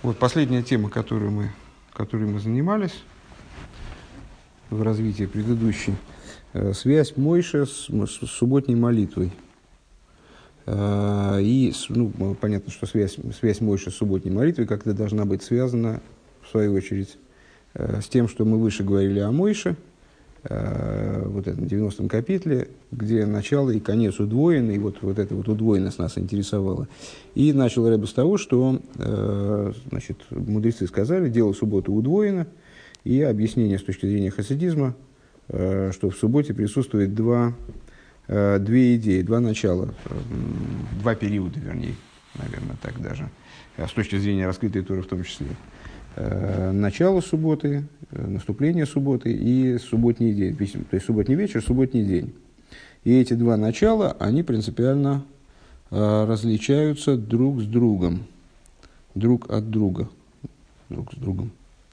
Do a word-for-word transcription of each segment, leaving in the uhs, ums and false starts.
Вот последняя тема, которую мы, которой мы занимались в развитии предыдущей, э, связь Мойше с, с субботней молитвой. Э, и, ну, понятно, что связь, связь Мойше с субботней молитвой как-то должна быть связана, в свою очередь, э, с тем, что мы выше говорили о Мойше, э, вот этом девяностом капитле, где начало и конец удвоены, и вот, вот эта вот удвоенность нас интересовала. И начал Ребе с того, что э, значит, мудрецы сказали, дело субботы удвоено, и объяснение с точки зрения хасидизма, э, что в субботе присутствует два, э, две идеи, два начала, э, два периода, вернее, наверное, так даже, с точки зрения раскрытой Торы в том числе. Э, начало субботы, э, наступление субботы и субботний день, то есть субботний вечер, субботний день. И эти два начала, они принципиально э, различаются друг с другом, друг от друга, друг с другом.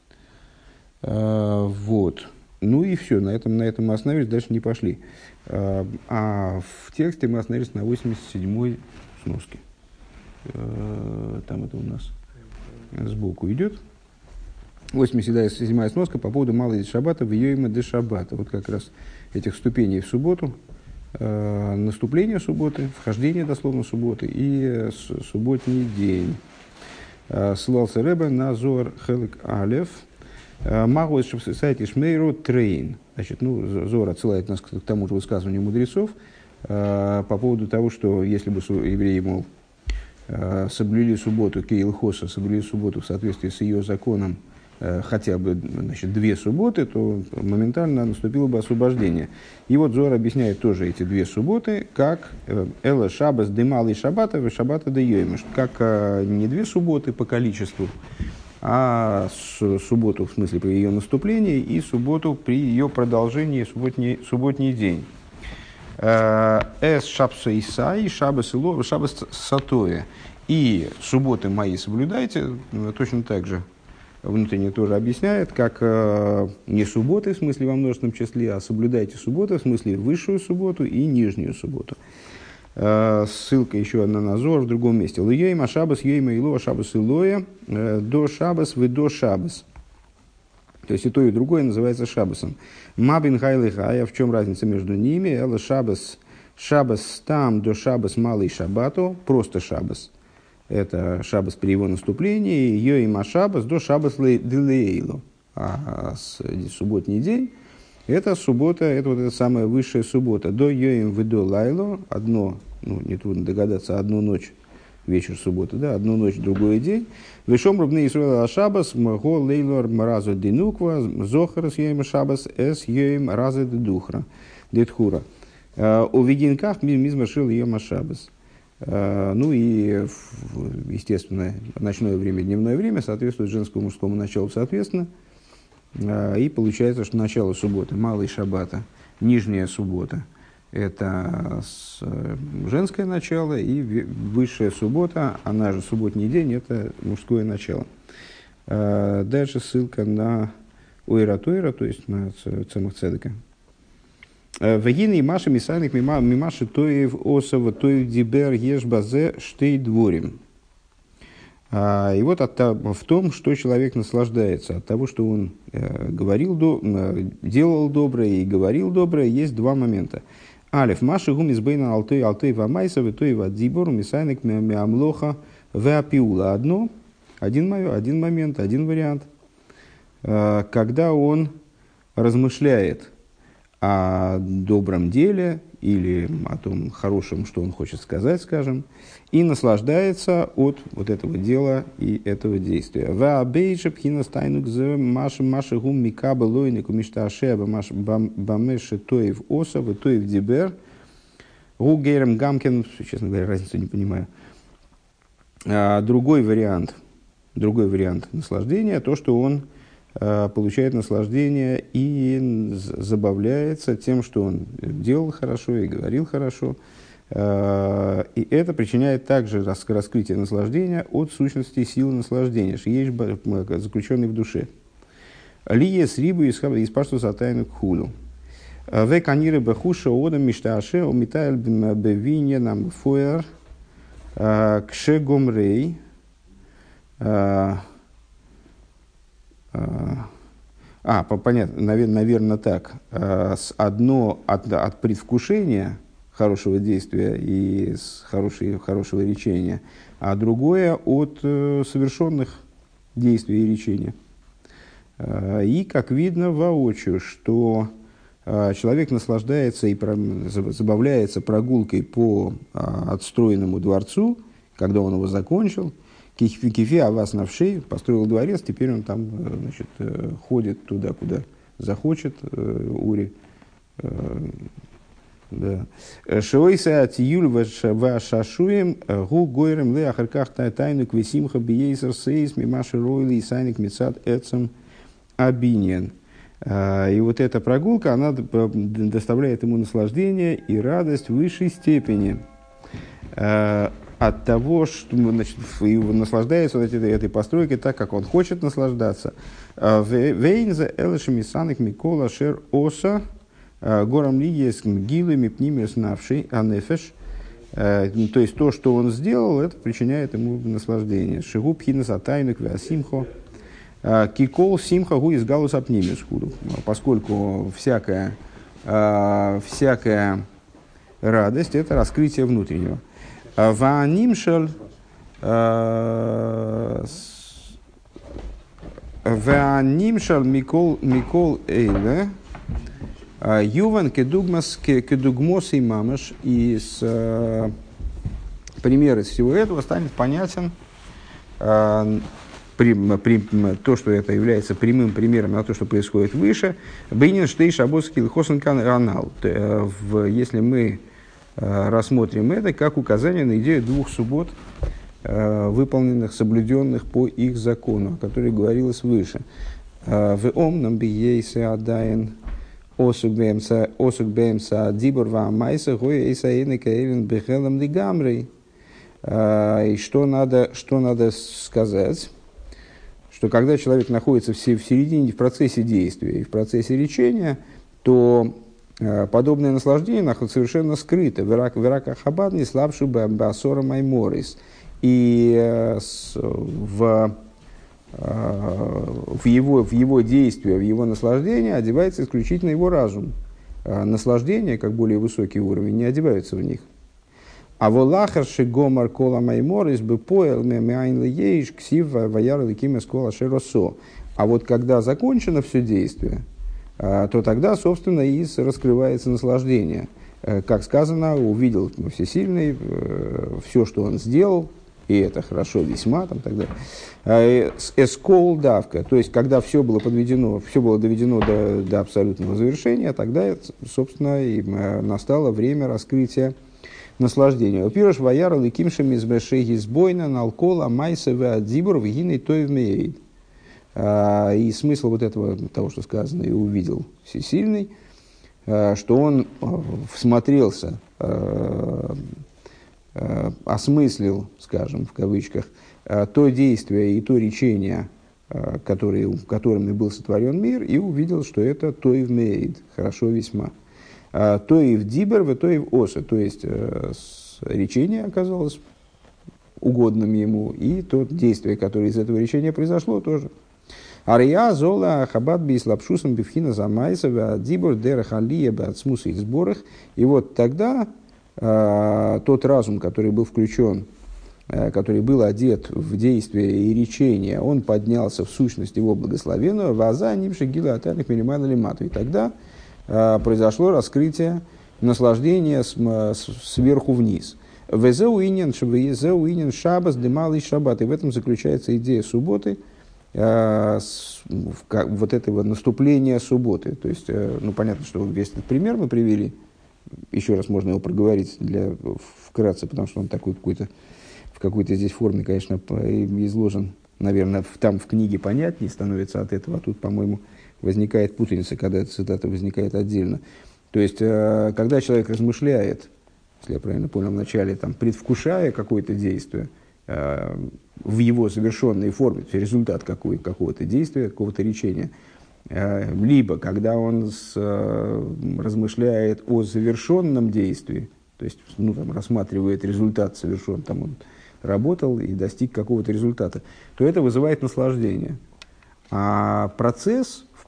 Э, вот. Ну и все, на этом, на этом мы остановились, дальше не пошли. Э, а в тексте мы остановились на восемьдесят седьмой сноске. Э, там это у нас сбоку идет. восемьдесят седьмая сноска по поводу малой шаббата в Йойма де шаббата. Вот как раз этих ступеней в субботу. Э, наступление субботы, вхождение дословно субботы и с, субботний день. Э, ссылался Ребе на Зоар Хелек Алеф. Магу из сайта Шмейру Трейн. Значит, ну, Зоар отсылает нас к тому же высказыванию мудрецов э, по поводу того, что если бы евреи, мол, э, соблюли субботу, Кейлхоса, соблюли субботу в соответствии с ее законом, хотя бы, значит, две субботы, то моментально наступило бы освобождение. И вот Зоар объясняет тоже эти две субботы, как Эла Шабас де Малый Шаббата, Шаббата де Йоймеш, как не две субботы по количеству, а субботу, в смысле, при ее наступлении, и субботу при ее продолжении, субботний, субботний день. Эс Шабса Исаи, Шабас Ило, Шабас Сатоя. И субботы мои соблюдайте, точно так же. Внутренне тоже объясняет, как э, не субботы, в смысле во множественном числе, а соблюдайте субботу, в смысле высшую субботу и нижнюю субботу. Э, ссылка еще одна на Зор в другом месте. Льейма шабас, ейма илоа шабас илоя, э, до шабас, вы до шабас. То есть и то, и другое называется шабасом. Мабин хайлихая, в чем разница между ними? Эла шабас, шабас там, до шабас малый шабату, просто шабас. Это шаббас при его наступлении, йоима шаббас до шаббас делейлу. А субботний день – это суббота, это вот эта самая высшая суббота. До йоим ведо лайло, одно, ну, нетрудно догадаться, одну ночь, вечер субботы, да, одну ночь, другой день. Вешом рубны Исруэла шаббас, мго лейлор маразу динуква, зохарас йоим шаббас, эс йоим разы дедухра, дедхура. У вегинках мизмашил йома шаббас. Ну и, естественно, ночное время, дневное время соответствует женскому и мужскому началу соответственно. И получается, что начало субботы, малый шаббата, нижняя суббота – это женское начало, и высшая суббота, она же субботний день, это мужское начало. Дальше ссылка на Ойра Тойра, то есть на Цемах Цедека. Вегины и Маша Мисайник Мимаши Тоев Осова Тоев Дибер Ешбазе Штей Дворим. И вот от, в том, что человек наслаждается, от того, что он э, говорил, до, э, делал доброе и говорил доброе, есть два момента. Алиф Маши Гумис Бейна Алтой Алтой Вамайса Тоев Адзибор Мисайник Миамлоха Веапиула. Одно, один, один момент, один вариант, э, когда он размышляет о добром деле или о том хорошем, что он хочет сказать, скажем, и наслаждается от вот этого дела и этого действия. Честно говоря, разницу не понимаю. Другой вариант, другой вариант наслаждения, то, что он получает наслаждение и забавляется тем, что он делал хорошо и говорил хорошо. И это причиняет также раскрытие наслаждения от сущности силы наслаждения, шиеш заключенный в душе. Лие с рибу из пашту сатайну кхулу. В канире бахуша одам мишташе умитайл бевинья нам фуэр кше гомрей А, понятно, наверное, наверное так. Одно от, от предвкушения хорошего действия и с хорошей, хорошего речения, а другое от совершенных действий и речения. И, как видно воочию, что человек наслаждается и забавляется прогулкой по отстроенному дворцу, когда он его закончил. Кифи авас навшей, построил дворец, теперь он там, значит, ходит туда, куда захочет, Ури. Да. Шойса тиюль вашашуем гу гойрем ле ахарках тайну квесимха биейсер сейс мимаши ройли и сайник мецад эцем абиньян. И вот эта прогулка, она доставляет ему наслаждение и радость в высшей степени. От того, что, значит, наслаждается вот этой, этой постройкой так, как он хочет наслаждаться. Вейнза элэшами саных микола шер оса горам лигиес гилами пнимес навший анефеш. То есть то, что он сделал, это причиняет ему наслаждение. Шигуб хинас атайнук веасимхо кикол симха гу из галус апнимес худу. Поскольку всякая, всякая радость – это раскрытие внутреннего. Ваанимшал Ваанимшал Микол Микол Эйле Юван кедугмас кедугмос и мамаш. И с пример из всего этого станет понятен при, при, то, что это является прямым примером на то, что происходит выше. Бейнин штей шабоский хосен канал. Если мы рассмотрим это как указание на идею двух суббот, выполненных, соблюденных по их закону, о которой говорилось выше. В омном биейсе адаин осук бэмса дибор ваамайса гоэйса эйнека эйлен бехелам лигамрей. И что надо, что надо сказать? Что когда человек находится в середине, в процессе действия и в процессе речения, то подобное наслаждение совершенно скрыто. Верака хабад не слабшу басора майморис. И в, в, его, в его действие, в его наслаждение одевается исключительно его разум. Наслаждение, как более высокий уровень, не одеваются в них. А волахарши гомар кола майморис бы поэл мемяйн лееш ксив ваяр леким эскола шеросо. А вот когда закончено все действие, то тогда, собственно, и раскрывается наслаждение. Как сказано, увидел Всесильный все, что он сделал, и это хорошо весьма, там, тогда. Эскол давка, то есть, когда все было подведено, все было доведено до, до абсолютного завершения, тогда, собственно, и настало время раскрытия наслаждения. Во-первых, ваяр лекимшем из бешеги сбойна налкола майсеве адзибур вгиной тоевмеид. И смысл вот этого, того, что сказано, и увидел Всесильный, что он всмотрелся, осмыслил, скажем, в кавычках, то действие и то речение, которые, которыми был сотворен мир, и увидел, что это тоев меид, хорошо весьма. Тоев дибер, тоев оса, то есть речение оказалось угодным ему, и то действие, которое из этого речения произошло, тоже. Ария зола хабад бис лапшусом бифхина замайсова дибор дерахалия бацмуса и сборах. И вот тогда э, тот разум, который был включен, э, который был одет в действие и речение, он поднялся в сущность его благословенного, ваза нимши гила атаних миримана лимату. И тогда э, произошло раскрытие наслаждения с, с, сверху вниз. Везеуинен шабас демалый шаббат. И в этом заключается идея субботы, вот этого наступления субботы. То есть, ну, понятно, что весь этот пример мы привели, еще раз можно его проговорить для, вкратце, потому что он такой какой-то, в какой-то здесь форме, конечно, изложен, наверное, в, там в книге понятнее становится от этого, а тут, по-моему, возникает путаница, когда эта цитата возникает отдельно. То есть, когда человек размышляет, если я правильно понял вначале, там, предвкушая какое-то действие, в его завершенной форме, то есть результат какой, какого-то действия, какого-то речения, либо когда он с, размышляет о завершенном действии, то есть, ну, там, рассматривает результат совершен, там он работал и достиг какого-то результата, то это вызывает наслаждение. А процесс, в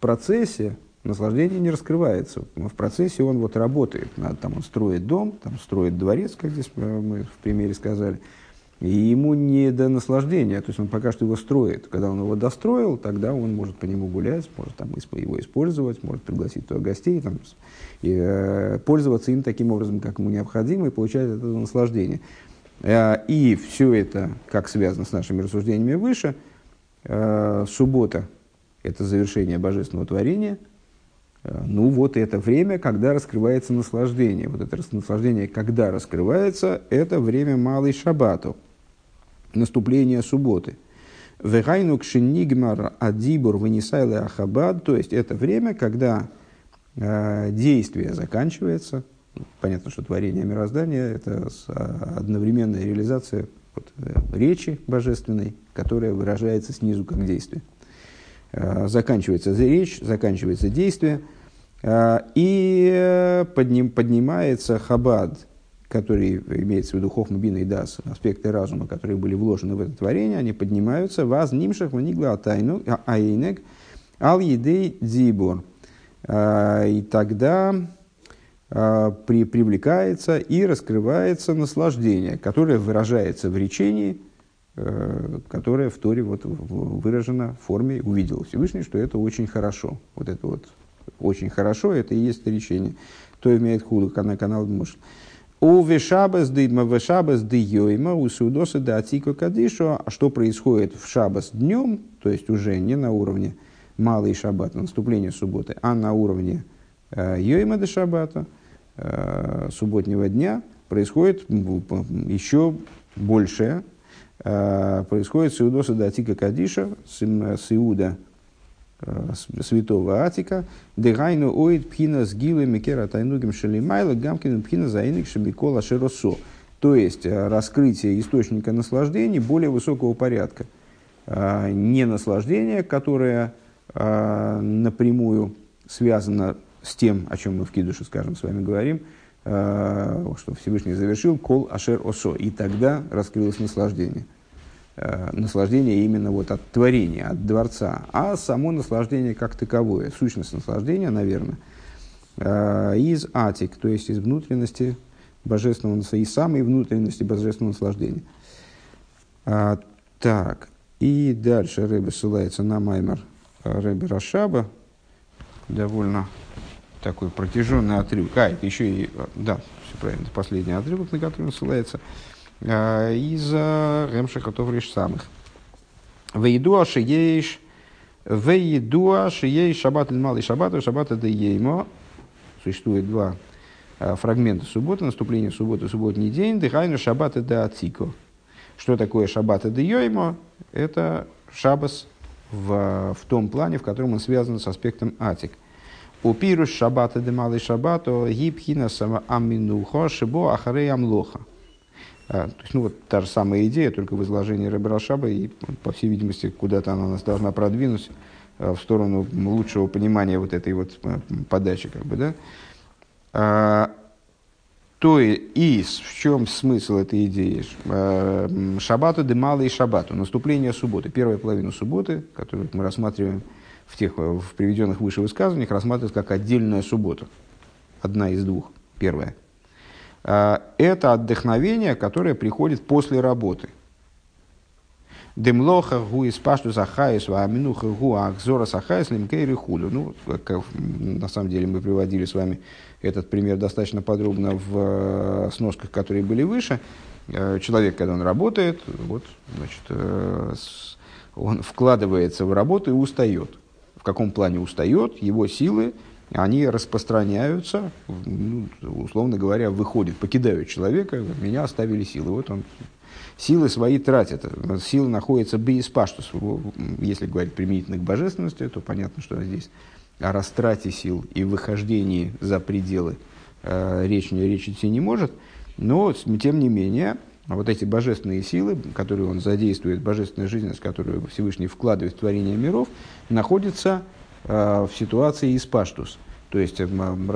процессе наслаждение не раскрывается. В процессе он вот работает. Там он строит дом, там строит дворец, как здесь мы в примере сказали. И ему не до наслаждения, то есть он пока что его строит. Когда он его достроил, тогда он может по нему гулять, может там его использовать, может пригласить туда гостей, там, и, э, пользоваться им таким образом, как ему необходимо, и получать от этого наслаждение. Э, и все это, как связано с нашими рассуждениями выше, э, суббота – это завершение божественного творения. Э, ну вот это время, когда раскрывается наслаждение. Вот это наслаждение, когда раскрывается, это время малой шаббату. Наступление субботы. Вегайну кшенигмар адибур венисайле ахабад, то есть это время, когда э, действие заканчивается. Понятно, что творение мироздания – это одновременная реализация вот, э, речи божественной, которая выражается снизу как действие. Э, заканчивается речь, заканчивается действие, э, и подним, поднимается хабад, который имеется в виду хохма, бина и дас, аспекты разума, которые были вложены в это творение, они поднимаются ваз нимшах ванигла атайну айнег ал едей дзибор. И тогда при, привлекается и раскрывается наслаждение, которое выражается в речении, которое в Торе вот выражено в форме «увидел Всевышний», что это очень хорошо. Вот это вот очень хорошо, это и есть речение. То имеет худу на канал Мушл. У вешабас дыдма вешабас дыйойма у судоса да атико кадишо. А что происходит в шабас днем, то есть уже не на уровне малый шаббат, наступления субботы, а на уровне э, йойма де шаббата, э, субботнего дня, происходит еще большее. Э, происходит сеудоса да атико кадиша, сеуда святого Атика, дегайну оид пхина с гилой мекера тайнугим шелимайла гамкин пхина заиник шебикола шеросо. То есть раскрытие источника наслаждений более высокого порядка. Не наслаждение, которое напрямую связано с тем, о чем мы в Кидуше, скажем, с вами говорим, что Всевышний завершил кол ашер осо, и тогда раскрылось наслаждение. Наслаждение именно вот от творения, от дворца, а само наслаждение как таковое, сущность наслаждения, наверное, из атик, то есть из внутренности божественного, из самой внутренности божественного наслаждения. А, так, и дальше Ребе ссылается на маймер Ребе Рашаба, довольно такой протяженный отрывок, а, это еще и, да, все правильно, последний отрывок, на который он ссылается, из Ремшиха Товриш самых. Вейдуа шееш, вейдуа шееш шаббат иль малый шаббат, шаббат де еймо. Существует два фрагмента субботы, наступление субботы, субботний день, дыхайну шаббат де ацико. Что такое шаббат де еймо? Это шаббас в, в том плане, в котором он связан с аспектом атик. У пируш шаббата де малый шаббат, гибхина сама аминухо шибо ахарей амлоха. А, то есть, ну, вот та же самая идея, только в изложении Ребе Рашаба, и, по всей видимости, куда-то она нас должна продвинуть а, в сторону лучшего понимания вот этой вот а, подачи, как бы, да. А, то и в чем смысл этой идеи? А, шаббату де малый шаббату, наступление субботы, первая половина субботы, которую мы рассматриваем в тех в приведенных выше высказываниях, рассматривается как отдельная суббота, одна из двух, первая. Это отдохновение, которое приходит после работы. Демлоха гу испашту захаис ва аминуха гу ахзора сахаис лимкейри худу. Ну, как, на самом деле мы приводили с вами этот пример достаточно подробно в сносках, которые были выше. Человек, когда он работает, вот, значит, он вкладывается в работу и устает. В каком плане устает? Его силы, они распространяются, ну, условно говоря, выходят, покидают человека, меня оставили силы. Вот он силы свои тратит. Силы находятся без паштус. Если говорить применительно к божественности, то понятно, что здесь о растрате сил и выхождении за пределы э, речь, речь идти не может. Но, тем не менее, вот эти божественные силы, которые он задействует, божественная жизненность, которую Всевышний вкладывает в творение миров, находятся в ситуации испаштус, то есть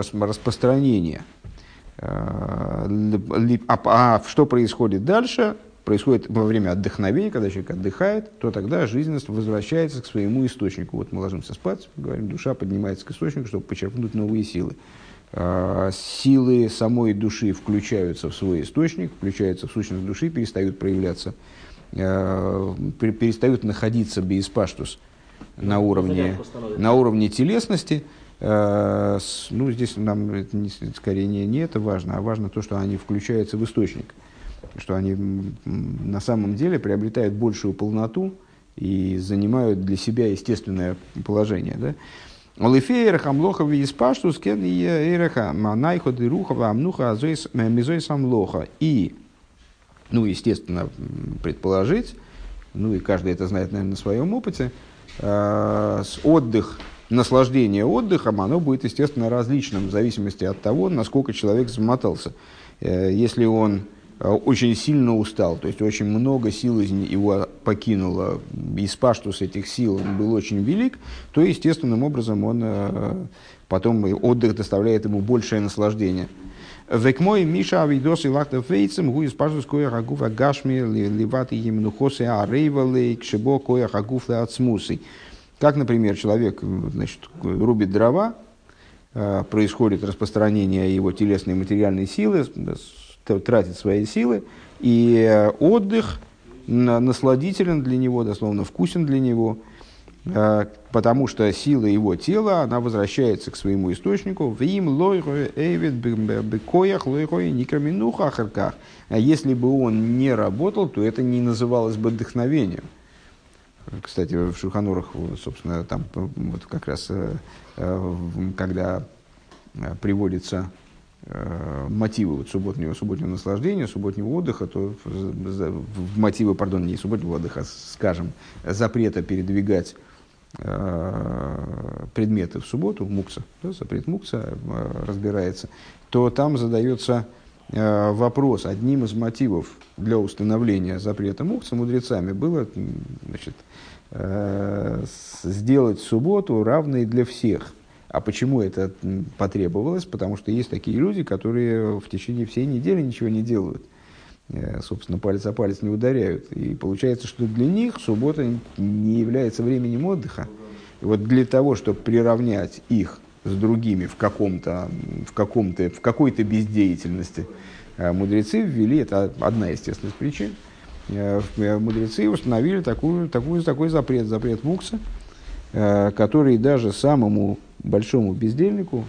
распространение. А, а что происходит дальше? происходит во время отдохновения, когда человек отдыхает, то тогда жизненность возвращается к своему источнику. Вот мы ложимся спать, говорим, душа поднимается к источнику, чтобы почерпнуть новые силы. Силы самой души включаются в свой источник, включаются в сущность души, перестают проявляться, перестают находиться бейспаштус на уровне, на уровне телесности. Ну, здесь нам это не, скорее не, не это важно, а важно то, что они включаются в источник, что они на самом деле приобретают большую полноту и занимают для себя естественное положение. Да? Олифеер хамлоха виспаштус кен и эреха манайхо дырухова амнуха мизой самлоха. И, ну, естественно, предположить, ну и каждый это знает, наверное, на своем опыте, э, с отдых, наслаждение отдыхом, оно будет, естественно, различным в зависимости от того, насколько человек замотался. Э, если он очень сильно устал, то есть очень много сил из его покинуло, и спаштус этих сил был очень велик, то естественным образом он потом отдых доставляет ему большее наслаждение. Векмой Миша Авидос и Лахта Фейцем гуи спаштус коя хагуф агашми ливат и емнухосы арейвалей кшебо коя хагуф ацмусы. Как, например, человек, значит, рубит дрова, происходит распространение его телесной и материальной силы, тратит свои силы, и отдых насладителен для него, дословно вкусен для него, потому что сила его тела, она возвращается к своему источнику. А если бы он не работал, то это не называлось бы вдохновением. Кстати, в Шулхан Арух, собственно, там вот как раз, когда приводится мотивы вот субботнего, субботнего наслаждения, субботнего отдыха, то в мотивы, пардон, не субботнего отдыха, скажем, запрета передвигать э, предметы в субботу, мукса, да, запрет мукса э, разбирается, то там задается э, вопрос, одним из мотивов для установления запрета мукса мудрецами было, значит, э, сделать субботу равной для всех. А почему это потребовалось? Потому что есть такие люди, которые в течение всей недели ничего не делают. Собственно, палец о палец не ударяют. И получается, что для них суббота не является временем отдыха. И вот для того, чтобы приравнять их с другими в, каком-то, в, каком-то, в какой-то бездеятельности, мудрецы ввели, это одна, естественно, из причин, мудрецы установили такую, такую, такой запрет, запрет мукса, который даже самому большому бездельнику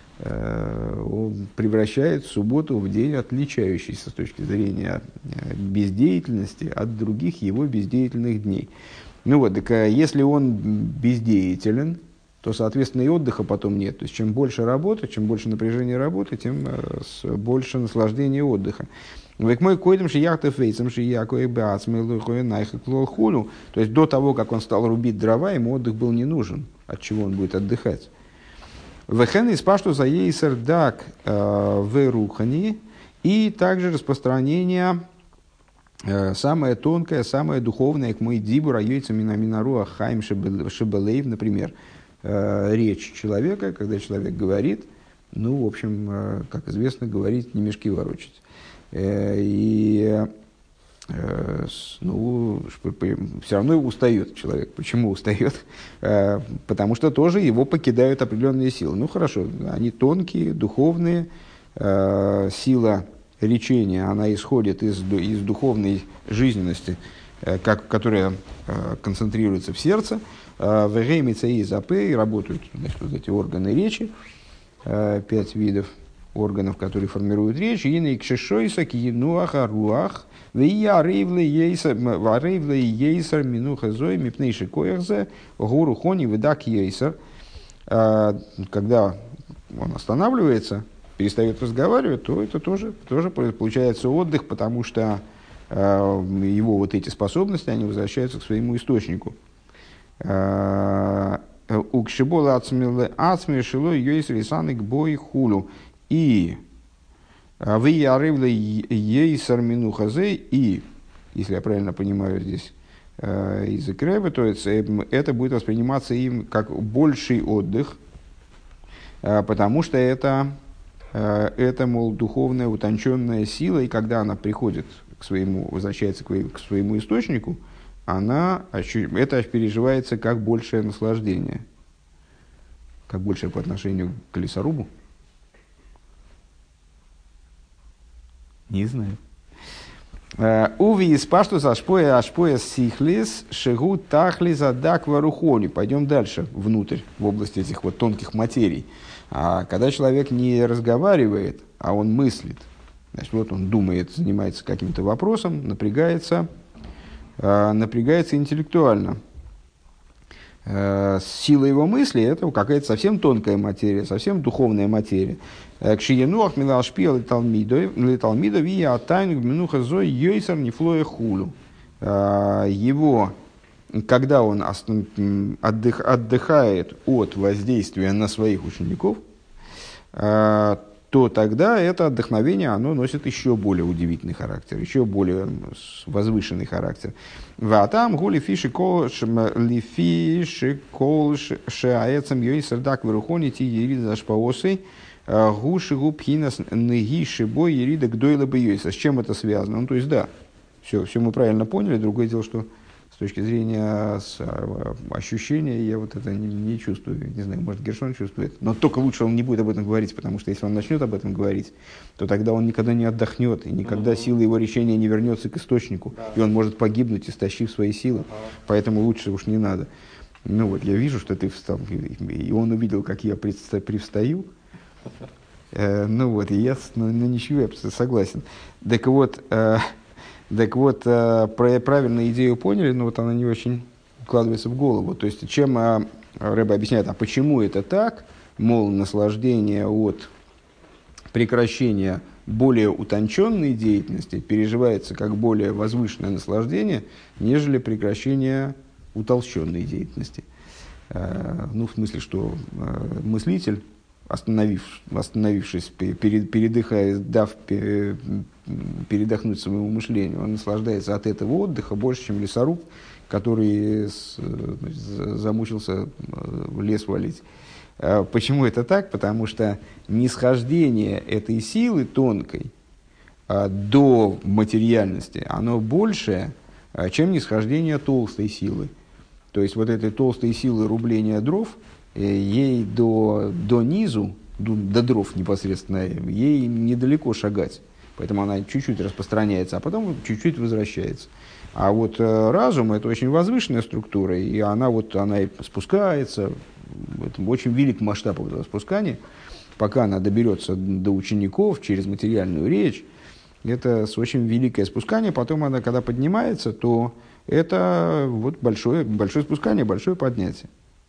э, он превращает субботу в день, отличающийся с точки зрения бездеятельности от других его бездеятельных дней. Ну вот, так, если он бездеятелен, то, соответственно, и отдыха потом нет. То есть, чем больше работы, чем больше напряжения работы, тем э, с, больше наслаждения отдыха. Век мой койдем шияхта фейцем шиякой баацмелухой найхаклол хулю. То есть, до того, как он стал рубить дрова, ему отдых был не нужен. От чего он будет отдыхать? Вехен из пашту за ейсер дак в рухани. И также распространение э, самое тонкое, самое духовное, к мой дибура йойца минаминаруа хайм шебелейв, например, э, речь человека, когда человек говорит, ну, в общем, э, как известно, говорить не мешки ворочать. Э, и э, ну, все равно устает человек. Почему устает? Э, потому что тоже его покидают определенные силы. Ну, хорошо, они тонкие, духовные. Э, сила речения, она исходит из, из духовной жизненности, э, как, которая э, концентрируется в сердце. В Реймице и Запе работают, значит, вот эти органы речи, э, пять видов органов, которые формируют речь. И на икшешойса киенуаха руах вия рейвле ейсер минуха зой мипнейши кояхзе гуру хони выдак ейсер. Когда он останавливается, перестает разговаривать, то это тоже, тоже получается отдых, потому что э, его вот эти способности, они возвращаются к своему источнику. Укшибола ацмешило йойс рисаник бой хулу. И вы ярывле ейсар минухазе, и, если я правильно понимаю здесь э, язык Ребе, то это, это будет восприниматься им как больший отдых, э, потому что это, э, это, мол, духовная утонченная сила, и когда она приходит к своему, возвращается к своему источнику, она, это переживается как большее наслаждение. Как большее по отношению к лесорубу? Не знаю. Уви из паштус ашпоя ашпоя сихлис шегу тахли задак варухони. Пойдем дальше, внутрь, в область этих вот тонких материй. А когда человек не разговаривает, а он мыслит, значит, вот он думает, занимается каким-то вопросом, напрягается, напрягается интеллектуально. Сила его мысли – это какая-то совсем тонкая материя, совсем духовная материя. Кшиенуах милашпил литалмидов и атайну гминуха зой йойсар нефлоя хулу. Его, когда он отдых, отдыхает от воздействия на своих учеников, то тогда это отдохновение, оно носит еще более удивительный характер, еще более возвышенный характер. Ватам гули фиши кол лифиши кол шаэцам йойсардак вырухони ти ерида зашпаосой гуши губхинас нагиши бой ерида гдойла бы йойса. С чем это связано? Ну, то есть, да, все, все мы правильно поняли. Другое дело, что с точки зрения ощущения я вот это не, не чувствую. Не знаю, может, Гершон чувствует. Но только лучше он не будет об этом говорить, потому что если он начнет об этом говорить, то тогда он никогда не отдохнет, и никогда mm-hmm. сила его решения не вернется к источнику, да. И он может погибнуть, истощив свои силы. Uh-huh. Поэтому лучше уж не надо. Ну вот, я вижу, что ты встал, и он увидел, как я привстаю. Э, ну вот, и я на, на ничего я согласен. Так вот... Э, Так вот, правильно идею поняли, но вот она не очень укладывается в голову. То есть, чем Рэбе объясняет, а почему это так, мол, наслаждение от прекращения более утонченной деятельности переживается как более возвышенное наслаждение, нежели прекращение утолщенной деятельности. Ну, в смысле, что мыслитель, Остановив, остановившись, перед, передыхая, дав передохнуть своему мышлению, он наслаждается от этого отдыха больше, чем лесоруб, который с, значит, замучился в лес валить. Почему это так? Потому что нисхождение этой силы тонкой до материальности, оно больше, чем нисхождение толстой силы. То есть, вот этой толстой силы рубления дров, ей до, до низу, до, до дров непосредственно, ей недалеко шагать. Поэтому она чуть-чуть распространяется, а потом чуть-чуть возвращается. А вот э, разум – это очень возвышенная структура, и она, вот, она спускается, это очень велик масштаб этого спускания, пока она доберется до учеников через материальную речь. Это очень великое спускание. Потом она, когда поднимается, то это вот большое, большое спускание, большое поднятие.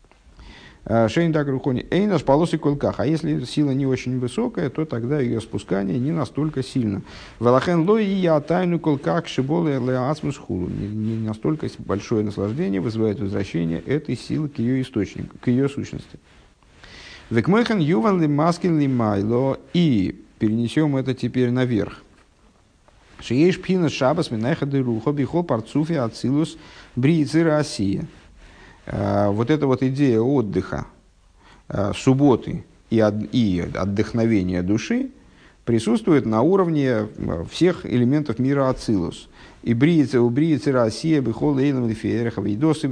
Шейн так рухони эйнаш полосы колках. А если сила не очень высокая, то тогда ее спускание не настолько сильно. Валахен лой и я тайну колках шиболы леасмус хулу. Не настолько большое наслаждение вызывает возвращение этой силы к ее источнику, к ее сущности. Векмойхан юван ли маскин ли майло. И перенесем это теперь наверх. Шееш пхина шабас минайха деруха бихол парцуфи ацилус бриицы Россия. Вот эта вот идея отдыха, субботы и, от, и отдохновения души присутствует на уровне всех элементов мира Ацилус. И бриицы, у бриицы Россия, бихол эйлам лифеерах, вейдосы,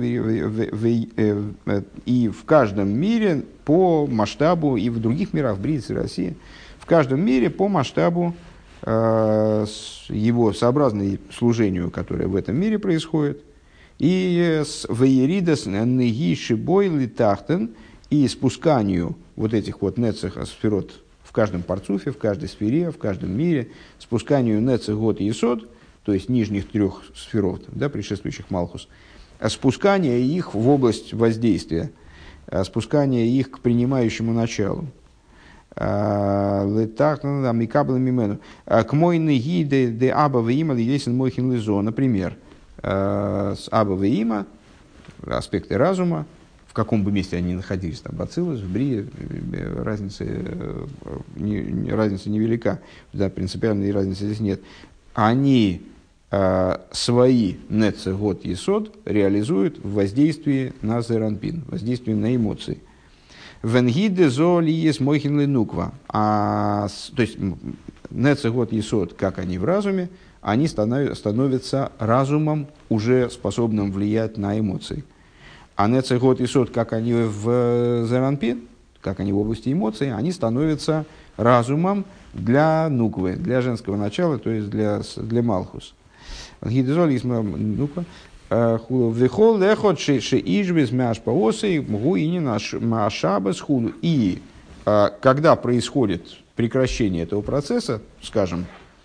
и в каждом мире по масштабу, и в других мирах, в бриицы Россия, в каждом мире по масштабу его сообразной служению, которое в этом мире происходит. И с вейеридас неги шибой литахтен, и спусканию вот этих вот нецех сферот в каждом парцуфе, в каждой сфере, в каждом мире, спусканию нецех год есод, то есть нижних трех сферот, да, предшествующих Малхус, спускание их в область воздействия, спускание их к принимающему началу. Литахтен амикаблем мимену. К мой неги де аба вейма лесен мойхин лизо, например, с Аба Веима, аспекты разума, в каком бы месте они ни находились, там, Бацилус, в Брии, разница, не, разница невелика, да, принципиальной разницы здесь нет. Они э, свои нецех год есод реализуют в воздействии на зеранпин, воздействии на эмоции. Венгиде зо лиес мойхин ленуква. То есть, нецех год есод, как они в разуме, они становятся разумом, уже способным влиять на эмоции. А нецехот и сот, как они в Зеранпин, как они в области эмоций, они становятся разумом для нуквы, для женского начала, то есть для, для малхус. Вехол лехот шеишбез мяш паосей мгуини наш машабас худу. И когда происходит прекращение этого процесса, скажем,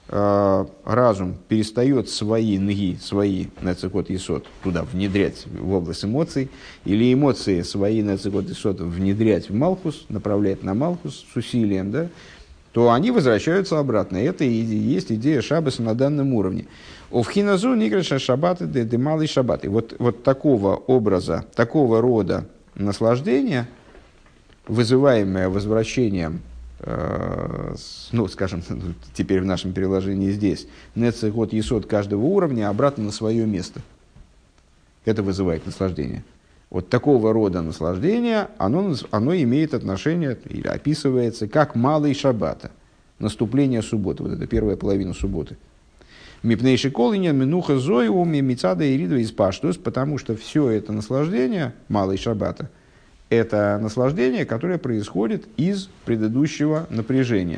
разум перестает свои ноги, свои нецекот и сот туда внедрять в область эмоций, или эмоции свои нецекот и сот внедрять в малхус, направлять на малхус с усилием, да, то они возвращаются обратно. Это и есть идея шаббаса на данном уровне. Овхиназу ниграша шаббаты де малый шаббат. И вот, вот такого образа, такого рода наслаждения, вызываемое возвращением, э, ну, скажем, теперь в нашем переложении здесь, нецехот есот каждого уровня обратно на свое место. Это вызывает наслаждение. Вот такого рода наслаждение, оно, оно имеет отношение или описывается как малый шаббата, наступление субботы, вот это первая половина субботы. Мипнейши колинен минуха зоиу мицада иридва из паштус, потому что все это наслаждение, малый шаббата, это наслаждение, которое происходит из предыдущего напряжения.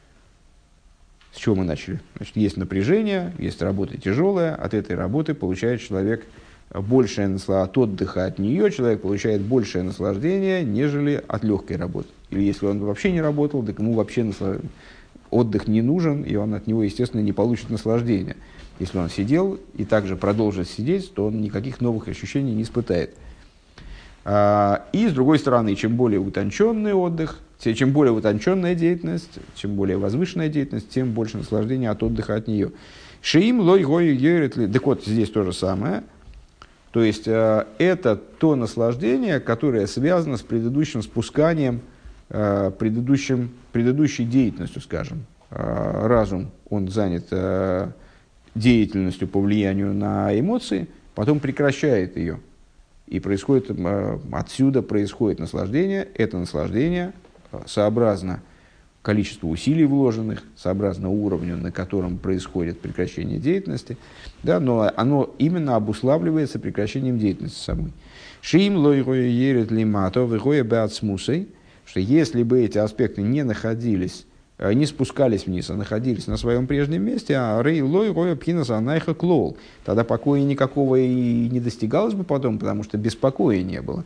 С чего мы начали? Значит, есть напряжение, есть работа тяжелая, от этой работы получает человек большее наслаждение, от отдыха от нее человек получает большее наслаждение, нежели от легкой работы. Или если он вообще не работал, так ему вообще наслаж... отдых не нужен, и он от него, естественно, не получит наслаждения. Если он сидел и также продолжит сидеть, то он никаких новых ощущений не испытает. И, с другой стороны, чем более утонченный отдых, чем более утонченная деятельность, чем более возвышенная деятельность, тем больше наслаждения от отдыха от нее. Шиим лой гой йорит ли. Так вот, здесь то же самое. То есть, это то наслаждение, которое связано с предыдущим спусканием, предыдущим, предыдущей деятельностью, скажем. Разум, он занят деятельностью по влиянию на эмоции, потом прекращает ее. И происходит, отсюда происходит наслаждение. Это наслаждение сообразно количеству усилий вложенных, сообразно уровню, на котором происходит прекращение деятельности, да, но оно именно обуславливается прекращением деятельности самой. Шиим лойгоя ерет лимато выгоя беатсмусой, что если бы эти аспекты не находились, не спускались вниз, а находились на своем прежнем месте, а рей лойгоя пхинас анайха клоул, тогда покоя никакого и не достигалось бы потом, потому что беспокоя не было.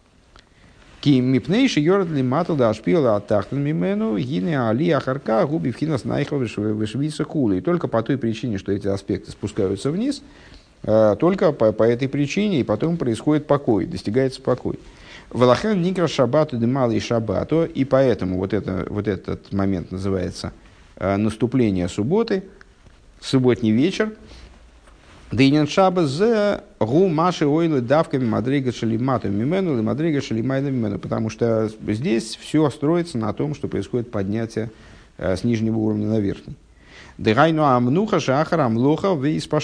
Мипнейши йордли матада ашпила атахтан мимену гине али ахарка губи вхинас найха вышвица кулы. И только по той причине, что эти аспекты спускаются вниз, только по, по этой причине и потом происходит покой, достигается покой. Валахан никра шабату де малый шабату, и поэтому вот, это, вот этот момент называется наступление субботы, субботний вечер. Дейнен шаба зе гу маши ойлы давками мадрига шалимату мимену или мадрига шалимайна мимену, потому что здесь все строится на том, что происходит поднятие с нижнего уровня на верхний. Дегайну амнуха шахара амлоха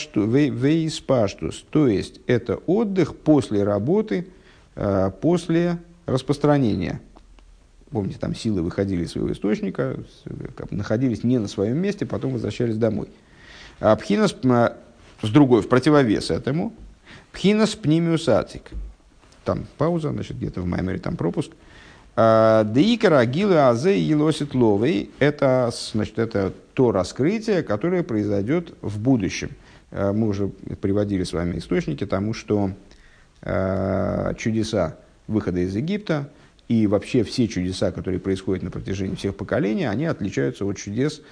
вейспаштус, то есть это отдых после работы, после распространения. Помните, там силы выходили из своего источника, находились не на своем месте, потом возвращались домой. Пхинас с другой, в противовес этому, пхинас пнимиус атик. Там пауза, значит, где-то в маймере там пропуск. Деикара гилы азе елосит ловей. Это, значит, это то раскрытие, которое произойдет в будущем. Мы уже приводили с вами источники тому, что чудеса выхода из Египта и вообще все чудеса, которые происходят на протяжении всех поколений, они отличаются от чудес,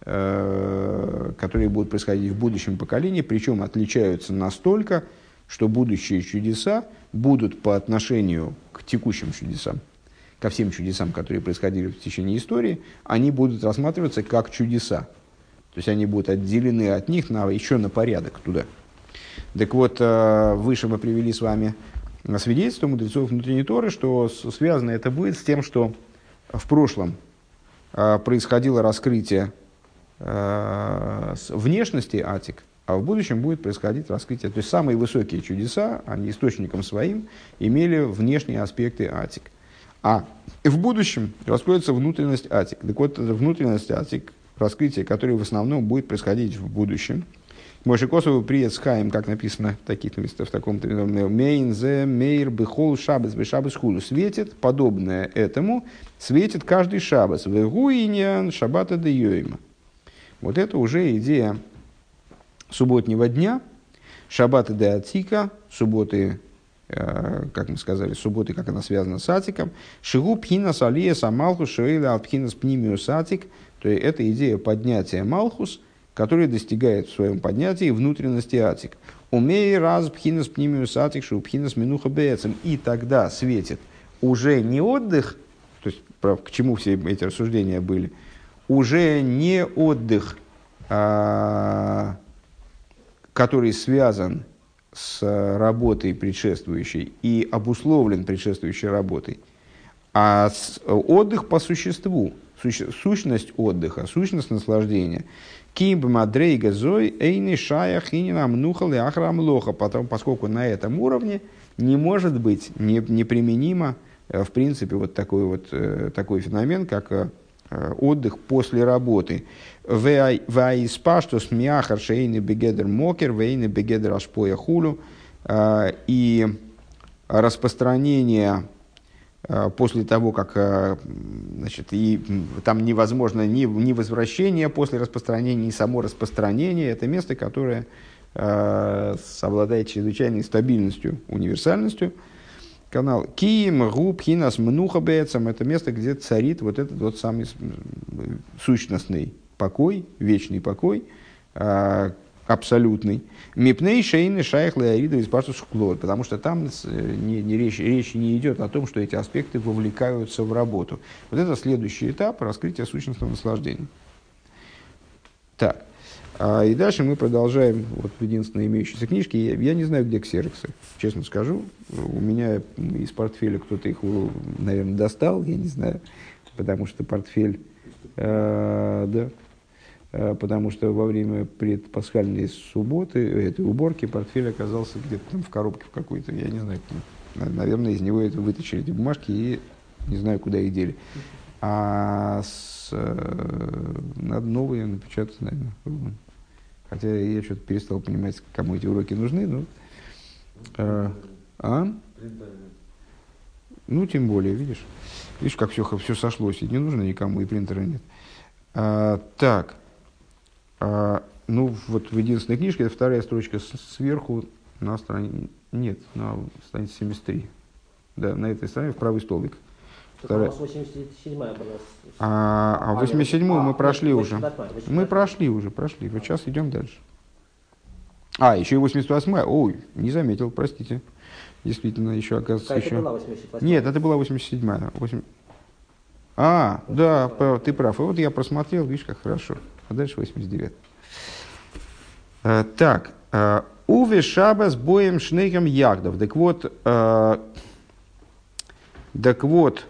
которые будут происходить в будущем поколении, причем отличаются настолько, что будущие чудеса будут по отношению к текущим чудесам, ко всем чудесам, которые происходили в течение истории, они будут рассматриваться как чудеса. То есть они будут отделены от них на, еще на порядок туда. Так вот, выше мы привели с вами свидетельство мудрецов внутренней Торы, что связано это будет с тем, что в прошлом происходило раскрытие с внешности атик, а в будущем будет происходить раскрытие. То есть самые высокие чудеса, они источником своим имели внешние аспекты атик. А в будущем раскроется внутренность атик. Так вот, внутренность атик, раскрытие, которое в основном будет происходить в будущем, Мойши Косову приет с Хаим, как написано в таких местах, в таком-то мейн зе мейр бехол шабас бешабас хулю. Светит, подобное этому, светит каждый шабас. Вегуинян шабата де йойма. Вот это уже идея субботнего дня, шабата де атика, субботы, как мы сказали, субботы, как она связана с атиком, шигу пхинас алия самалхус шейла алпхинас пнимиус атик, то есть это идея поднятия малхус, который достигает в своем поднятии внутренности атик. Умей раз пхинас пнимиус атик, шу пхинас минуха бецем, и тогда светит уже не отдых, то есть к чему все эти рассуждения были, уже не отдых, а, который связан с работой предшествующей и обусловлен предшествующей работой, а отдых по существу, сущность отдыха, сущность наслаждения. Потом, поскольку на этом уровне не может быть не, неприменимо, в принципе, вот такой, вот, такой феномен, как отдых после работы. И распространение после того, как, значит, и там невозможно ни, ни возвращение после распространения, ни само распространение. Это место, которое э, обладает чрезвычайной стабильностью, универсальностью. Канал Киим, Губ, Хинас, Мнуха Бецам — это место, где царит вот этот вот самый сущностный покой, вечный покой, э, абсолютный. Мипней шейны шайх леорида из паштус хклот, потому что там не, не речь, речь не идет о том, что эти аспекты вовлекаются в работу. Вот это следующий этап раскрытия сущностного наслаждения. Так. А, и дальше мы продолжаем вот в единственной имеющейся книжке. Я, я не знаю, где ксероксы, честно скажу. У меня из портфеля кто-то их, наверное, достал, я не знаю, потому что портфель, э, да, потому что во время предпасхальной субботы, этой уборки, портфель оказался где-то там в коробке в какой-то, я не знаю, наверное, из него это вытащили эти бумажки и не знаю, куда их дели. А с, надо новые напечатать, наверное. Хотя я что-то перестал понимать, кому эти уроки нужны. Но, а? а? Ну, тем более, видишь. Видишь, как все, все сошлось. И не нужно никому, и принтера нет. А, так. А, ну, вот в единственной книжке, это вторая строчка сверху на странице, нет, на странице семьдесят три. Да, на этой стороне, в правый столбик. Вторая. восемьдесят седьмая была. А, а восемьдесят седьмую мы прошли уже. Мы прошли уже, прошли. Вот сейчас идем дальше. А, еще и восемьдесят восьмая. Ой, не заметил, простите. Действительно, еще оказывается Какая еще. Была восемьдесят восьмая? Нет, это была восемьдесят седьмая. восемь... А, да, ты прав. И вот я просмотрел, видишь, как хорошо. А дальше восемьдесят девятая. А, так. Уве шаба с боем шнейхом ягдов. Так вот, а, так вот,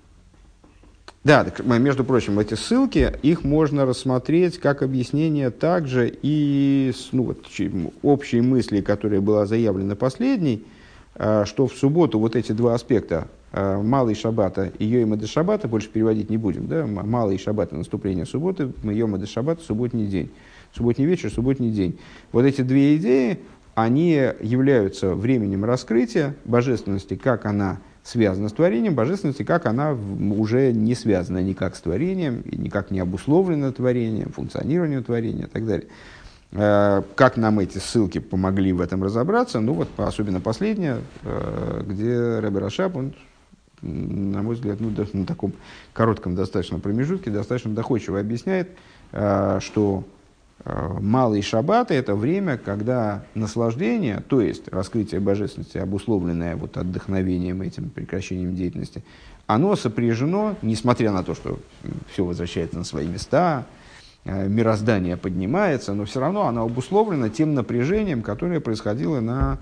да, так, между прочим, эти ссылки, их можно рассмотреть как объяснение также и ну, вот, общей мысли, которая была заявлена последней, что в субботу вот эти два аспекта, малый шаббата и йома де шаббата, больше переводить не будем, да? Малый шаббат — наступление субботы, йома де шаббата — субботний день, субботний вечер, субботний день. Вот эти две идеи, они являются временем раскрытия божественности, как она связана с творением, божественности, как она уже не связана никак с творением, никак не обусловлена творением, функционированием творения и так далее. Как нам эти ссылки помогли в этом разобраться? Ну вот, особенно последняя, где Ребе Рашаб, он, на мой взгляд, ну, на таком коротком достаточно промежутке, достаточно доходчиво объясняет, что малый шаббат — это время, когда наслаждение, то есть раскрытие божественности, обусловленное вот отдохновением этим, прекращением деятельности, оно сопряжено, несмотря на то, что все возвращается на свои места, мироздание поднимается, но все равно оно обусловлено тем напряжением, которое происходило на,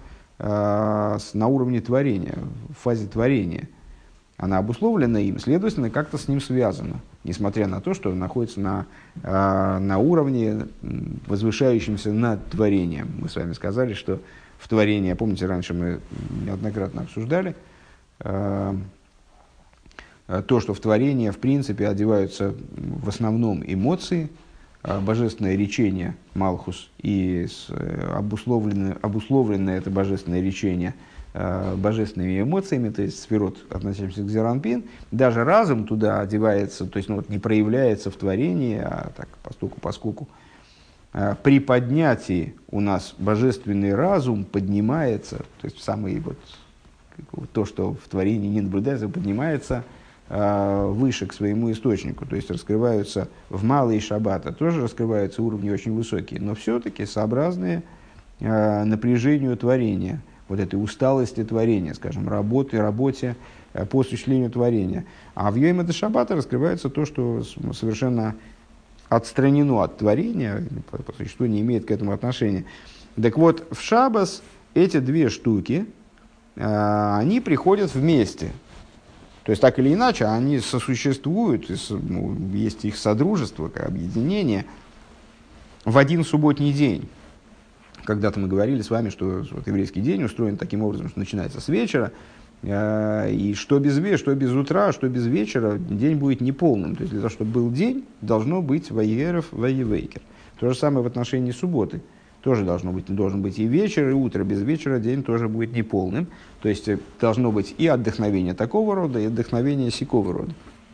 на уровне творения, в фазе творения. Она обусловлена им, следовательно, как-то с ним связана, несмотря на то, что находится на, на уровне, возвышающемся над творением. Мы с вами сказали, что в творении, помните, раньше мы неоднократно обсуждали, то, что в творение, в принципе, одеваются в основном эмоции, божественное речение Малхус и обусловленное, обусловленное это божественное речение божественными эмоциями, то есть сферот, относящихся к Зеранпин, даже разум туда одевается, то есть ну, вот, не проявляется в творении, а так постольку поскольку. При поднятии у нас божественный разум поднимается, то есть самый вот, то, что в творении не наблюдается, поднимается выше к своему источнику, то есть раскрываются в малые шаббата, тоже раскрываются уровни очень высокие, но все-таки сообразные напряжению творения, вот этой усталости творения, скажем, работе, работе по осуществлению творения. А в Йом ха-Шаббат раскрывается то, что совершенно отстранено от творения, по, по существу не имеет к этому отношения. Так вот, в Шаббас эти две штуки, они приходят вместе. То есть, так или иначе, они сосуществуют, ну, есть их содружество, как объединение в один субботний день. Когда-то мы говорили с вами, что вот, еврейский день устроен таким образом, что начинается с вечера, э, и что без, что без утра, что без вечера, день будет неполным. То есть, для того, чтобы был день, должно быть ваеров, ваевейкер. То же самое в отношении субботы. Тоже должно быть, должен быть и вечер, и утро. Без вечера день тоже будет неполным. То есть, должно быть и отдохновение такого рода, и отдохновение сякого рода.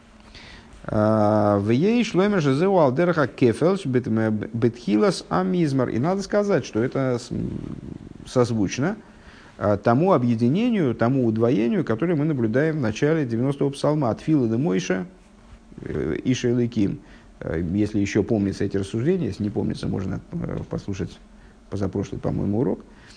В ей шломер жезеу алдерха кефелш бетхилас амизмар. И надо сказать, что это созвучно тому объединению, тому удвоению, которое мы наблюдаем в начале девяностого псалма от Фила де Мойша Иша Элоким. Если еще помнится эти рассуждения, если не помнится, можно послушать позапрошлый, по-моему, урок.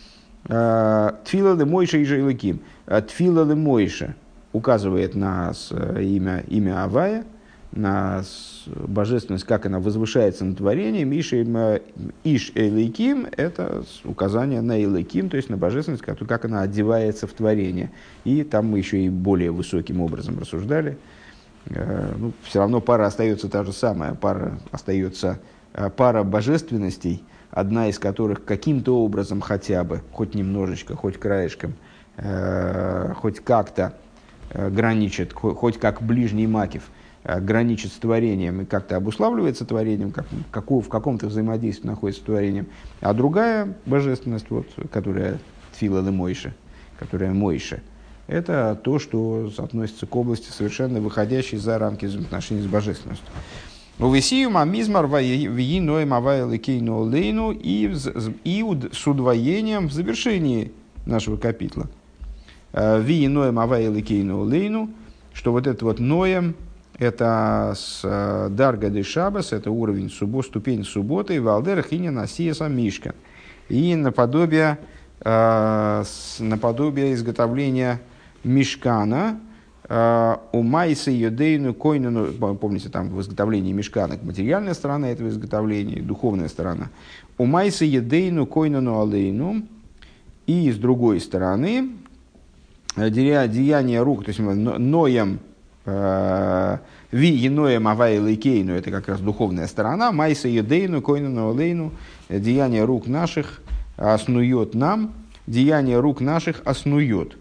Тфила де Мойша Иша Элоким. Тфила де Мойша указывает на имя, имя Авая, на божественность, как она возвышается над творением. Иш Элейким – это указание на Элейким, то есть на божественность, как она одевается в творение. И там мы еще и более высоким образом рассуждали. Ну, все равно пара остается та же самая. Пара остается пара божественностей, одна из которых каким-то образом хотя бы, хоть немножечко, хоть краешком, хоть как-то граничит, хоть как ближний макив, граничит с творением и как-то обуславливается творением, как, какого, в каком-то взаимодействии находится с творением. А другая божественность, вот, которая Тфила де Мойша, которая Мойша, это то, что относится к области, совершенно выходящей за рамки взаимоотношений с божественностью. Увесию мамизмар вииной мавай лекейну лейну и с удвоением в завершении нашего капитла. Вииной мавай лекейну лейну, что вот это вот ноем, это с дарга де шабас, это уровень суббот, ступень субботы, валдер хиня насиеса мишка. И наподобие, э, наподобие изготовления мишкана, у майса йодейну койну, помните, там в изготовлении мишкана материальная сторона этого изготовления, духовная сторона. У майса йодейну койну алейну, и с другой стороны, деяние рук, то есть ноем, ви еноем авай лейкейну, это как раз духовная сторона, майса йодейну койну алейну, деяние рук наших оснует нам, деяние рук наших оснует.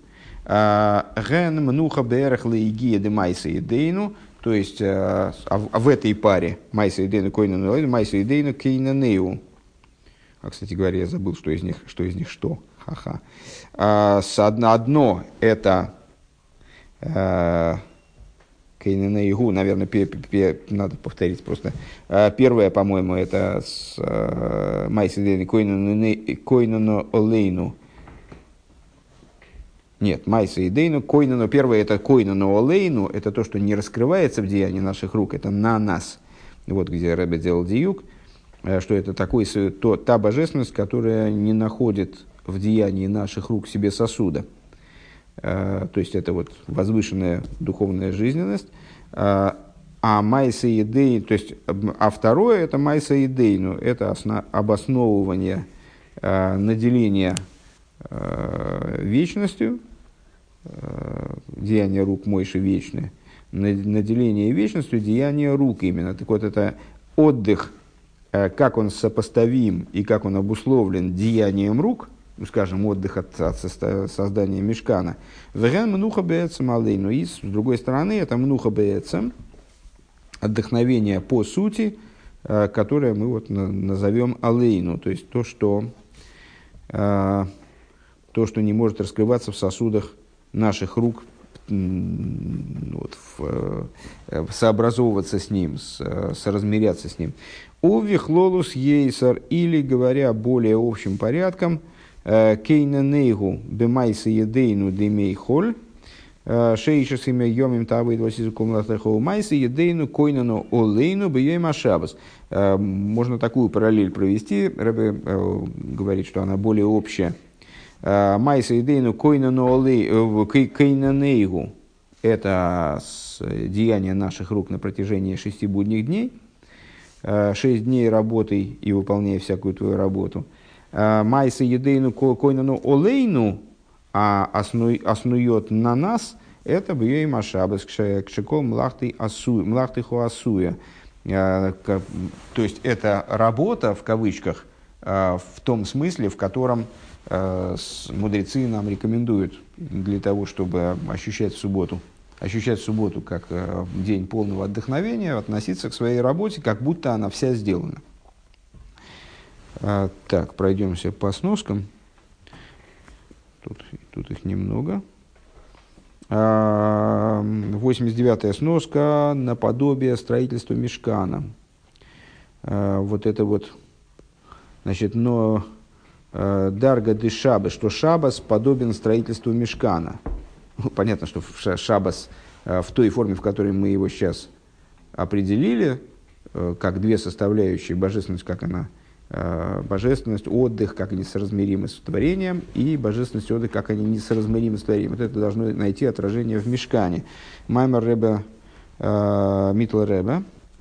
Ген мнуха берех лейгия де майса едейну, то есть а в этой паре майса едейну койну алейну, майса едейну кейнанеу. А, кстати говоря, я забыл, что из них что. Из них что. Ха-ха. А, одно, одно это кейнанеу, наверное, пе, пе, надо повторить просто. А, первое, по-моему, это с а, майса едейну койну алейну. Нет, майса и дейну, койнану, первое это койнану олейну, это то, что не раскрывается в деянии наших рук, это на нас. Вот где Ребе делал диюк, что это такой, то, та божественность, которая не находит в деянии наших рук себе сосуда. То есть это вот возвышенная духовная жизненность. А майса и дейну, то есть, а второе это майса и дейну, это осно, обосновывание наделения вечностью, деяние рук Мойши вечное, наделение вечностью, деяние рук именно. Так вот, это отдых, как он сопоставим и как он обусловлен деянием рук, ну, скажем, отдых от, от создания мишкана. Веген мнуха беэцем алейну. И с другой стороны, это мнуха беэцем, отдохновение по сути, которое мы вот назовем алейну, то есть то, что, то, что не может раскрываться в сосудах наших рук, вот, в, сообразовываться с ним, с, соразмеряться с ним. Овихлолус ейсар, или, говоря более общим порядком, кейненейгу бемайса едейну демейхоль, шейшес имя йомим тавы двадцатиком латахову майса едейну койнану олейну бьем ашабас. Можно такую параллель провести. Ребе говорит, что она более общая. Майса едейну койнану олейну кейненейгу. Это деяние наших рук на протяжении шести будних дней. Шесть дней работай и выполняй всякую твою работу. Майса едейну койнану олейну, а основет на нас, это бьей машабас кшеком млахты хуасуя. То есть это работа, в кавычках, в том смысле, в котором мудрецы нам рекомендуют для того, чтобы ощущать субботу. Ощущать субботу как день полного отдохновения, относиться к своей работе, как будто она вся сделана. Так, пройдемся по сноскам. Тут, тут их немного. восемьдесят девятая сноска наподобие строительства мишкана. Вот это вот, значит, но дарга де шабас, что шабас подобен строительству мишкана. Понятно, что шабас в той форме, в которой мы его сейчас определили, как две составляющие, божественность, как она, божественность, отдых, как они соразмеримы с творением, и божественность, отдых, как они несоразмеримы с творением. Вот это должно найти отражение в мишкане. Маймер Ребе, Митл Ребе,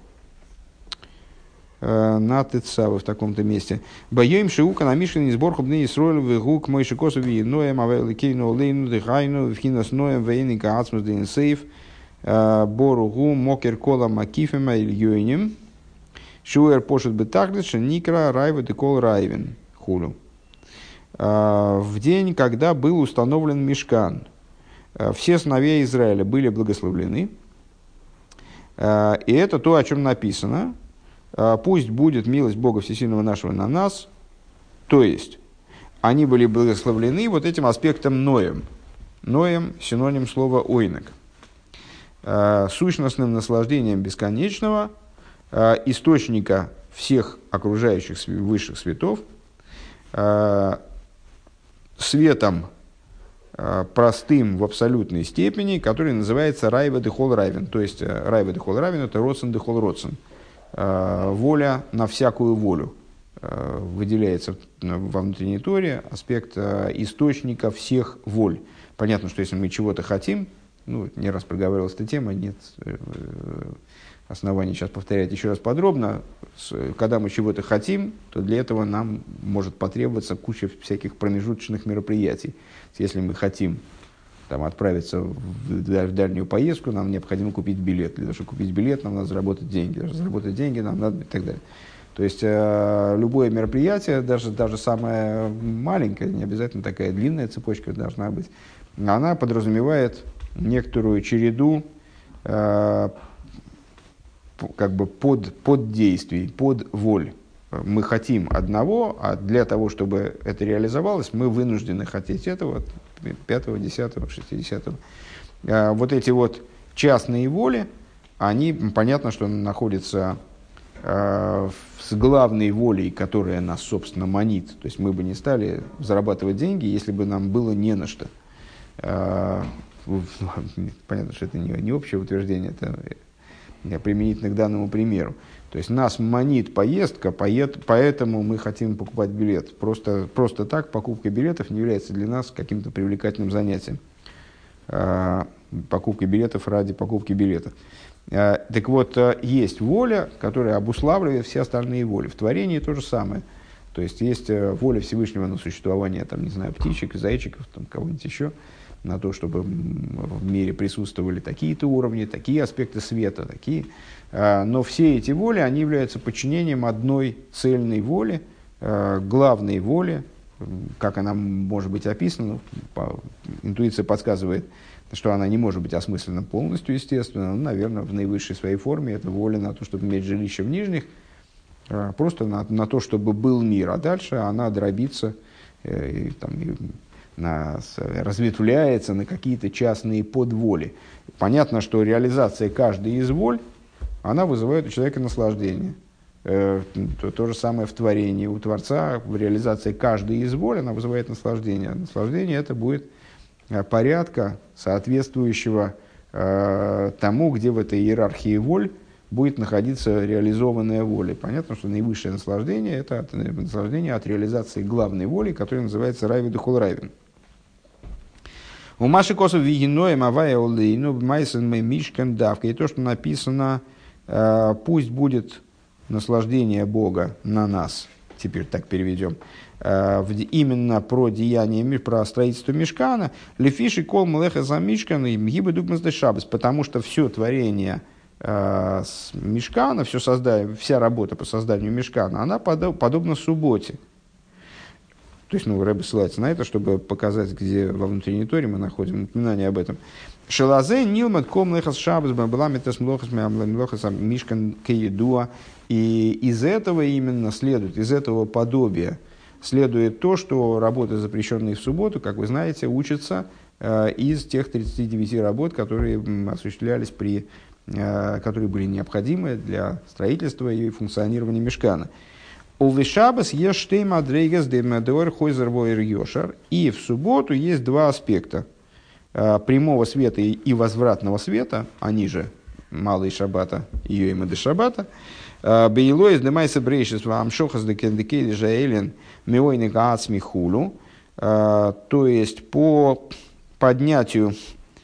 на Тецава в таком-то месте. Боем шиука на Мишкане сборху бны Исроэль вегук мой шикосови ноем авеликейну лейну дыхайну вхинас ноем вейника ацмус дын сейф боругу мокер кола макифема ильёйнем шуэр пошет бетаглиша никра райва декол райвен хулю. В день, когда был установлен мишкан, все сыновья Израиля были благословлены. И это то, о чем написано. Пусть будет милость Бога Всесильного нашего на нас. То есть, они были благословлены вот этим аспектом Ноем. Ноем – синоним слова ойнек. Сущностным наслаждением бесконечного, источника всех окружающих высших светов, светом простым в абсолютной степени, который называется райва дехол равен. То есть, райва дехол равен – это родсен дехол родсен. Воля на всякую волю. Выделяется во внутренней Торе аспект источника всех воль. Понятно, что если мы чего-то хотим, ну, не раз проговаривалась эта тема, нет оснований сейчас повторять еще раз подробно. Когда мы чего-то хотим, то для этого нам может потребоваться куча всяких промежуточных мероприятий. Если мы хотим там, отправиться в дальнюю поездку, нам необходимо купить билет. Для того, чтобы купить билет, нам надо заработать деньги. Для того, чтобы заработать деньги, нам надо и так далее. То есть, э, любое мероприятие, даже, даже самое маленькое, не обязательно такая длинная цепочка должна быть, она подразумевает некоторую череду э, как бы под, под действий, под воль. Мы хотим одного, а для того, чтобы это реализовалось, мы вынуждены хотеть этого, пятого, десятого, шестидесятого. Вот эти вот частные воли, они, понятно, что находятся с главной волей, которая нас, собственно, манит. То есть мы бы не стали зарабатывать деньги, если бы нам было не на что. Понятно, что это не, не общее утверждение, это применительно к данному примеру. То есть нас манит поездка, поед, поэтому мы хотим покупать билет. Просто, просто так покупка билетов не является для нас каким-то привлекательным занятием. А, покупка билетов ради покупки билетов. А, так вот, есть воля, которая обуславливает все остальные воли. В творении то же самое. То есть есть воля Всевышнего на существование, там, не знаю, птичек, зайчиков, там, кого-нибудь еще, на то, чтобы в мире присутствовали такие-то уровни, такие аспекты света, такие. Но все эти воли, они являются подчинением одной цельной воле, главной воле, как она может быть описана. Интуиция подсказывает, что она не может быть осмыслена полностью, естественно. Но, наверное, в наивысшей своей форме это воля на то, чтобы иметь жилище в нижних, Просто на, на то, чтобы был мир, а дальше она дробится, и, там, и на, разветвляется на какие-то частные подволи. Понятно, что реализация каждой из воль, она вызывает у человека наслаждение. То, то же самое в творении у Творца, в реализации каждой из воль, она вызывает наслаждение. Наслаждение это будет порядка, соответствующего э, тому, где в этой иерархии воль будет находиться реализованная воля. Понятно, что наивысшее наслаждение – это от, наслаждение от реализации главной воли, которая называется райвен духол райвен. У Маши Косов вигиноем авая олейну майсен мишкан давка. И то, что написано, э, пусть будет наслаждение Бога на нас, теперь так переведем, э, именно про деяние, про строительство мишкана, лефиши кол млеха за мишкан и мгибы дукмас де шабас, потому что все творение э, с мишкана, все создание, вся работа по созданию мишкана, она подоб, подобна субботе. То есть, ну, Рэбе ссылается на это, чтобы показать, где во внутренней Торе мы находим напоминание об этом. Шелазе нилмат ком лехас шабас бамбаламитас млохас млохас мишкан кеедуа. И из этого именно следует, из этого подобия следует то, что работы, запрещенные в субботу, как вы знаете, учатся э, из тех тридцати девяти работ, которые м, осуществлялись при, э, которые были необходимы для строительства и функционирования мишкана. Улвишабас ештей мадрейгас демадор хойзер войер йошар. И в субботу есть два аспекта. Э, прямого света и, и возвратного света, они же малый шаббата и йойма де шаббата. Бейлоис демайса брейшис вам шохас декендекейли жаэлен миойника ацмихулу. То есть по поднятию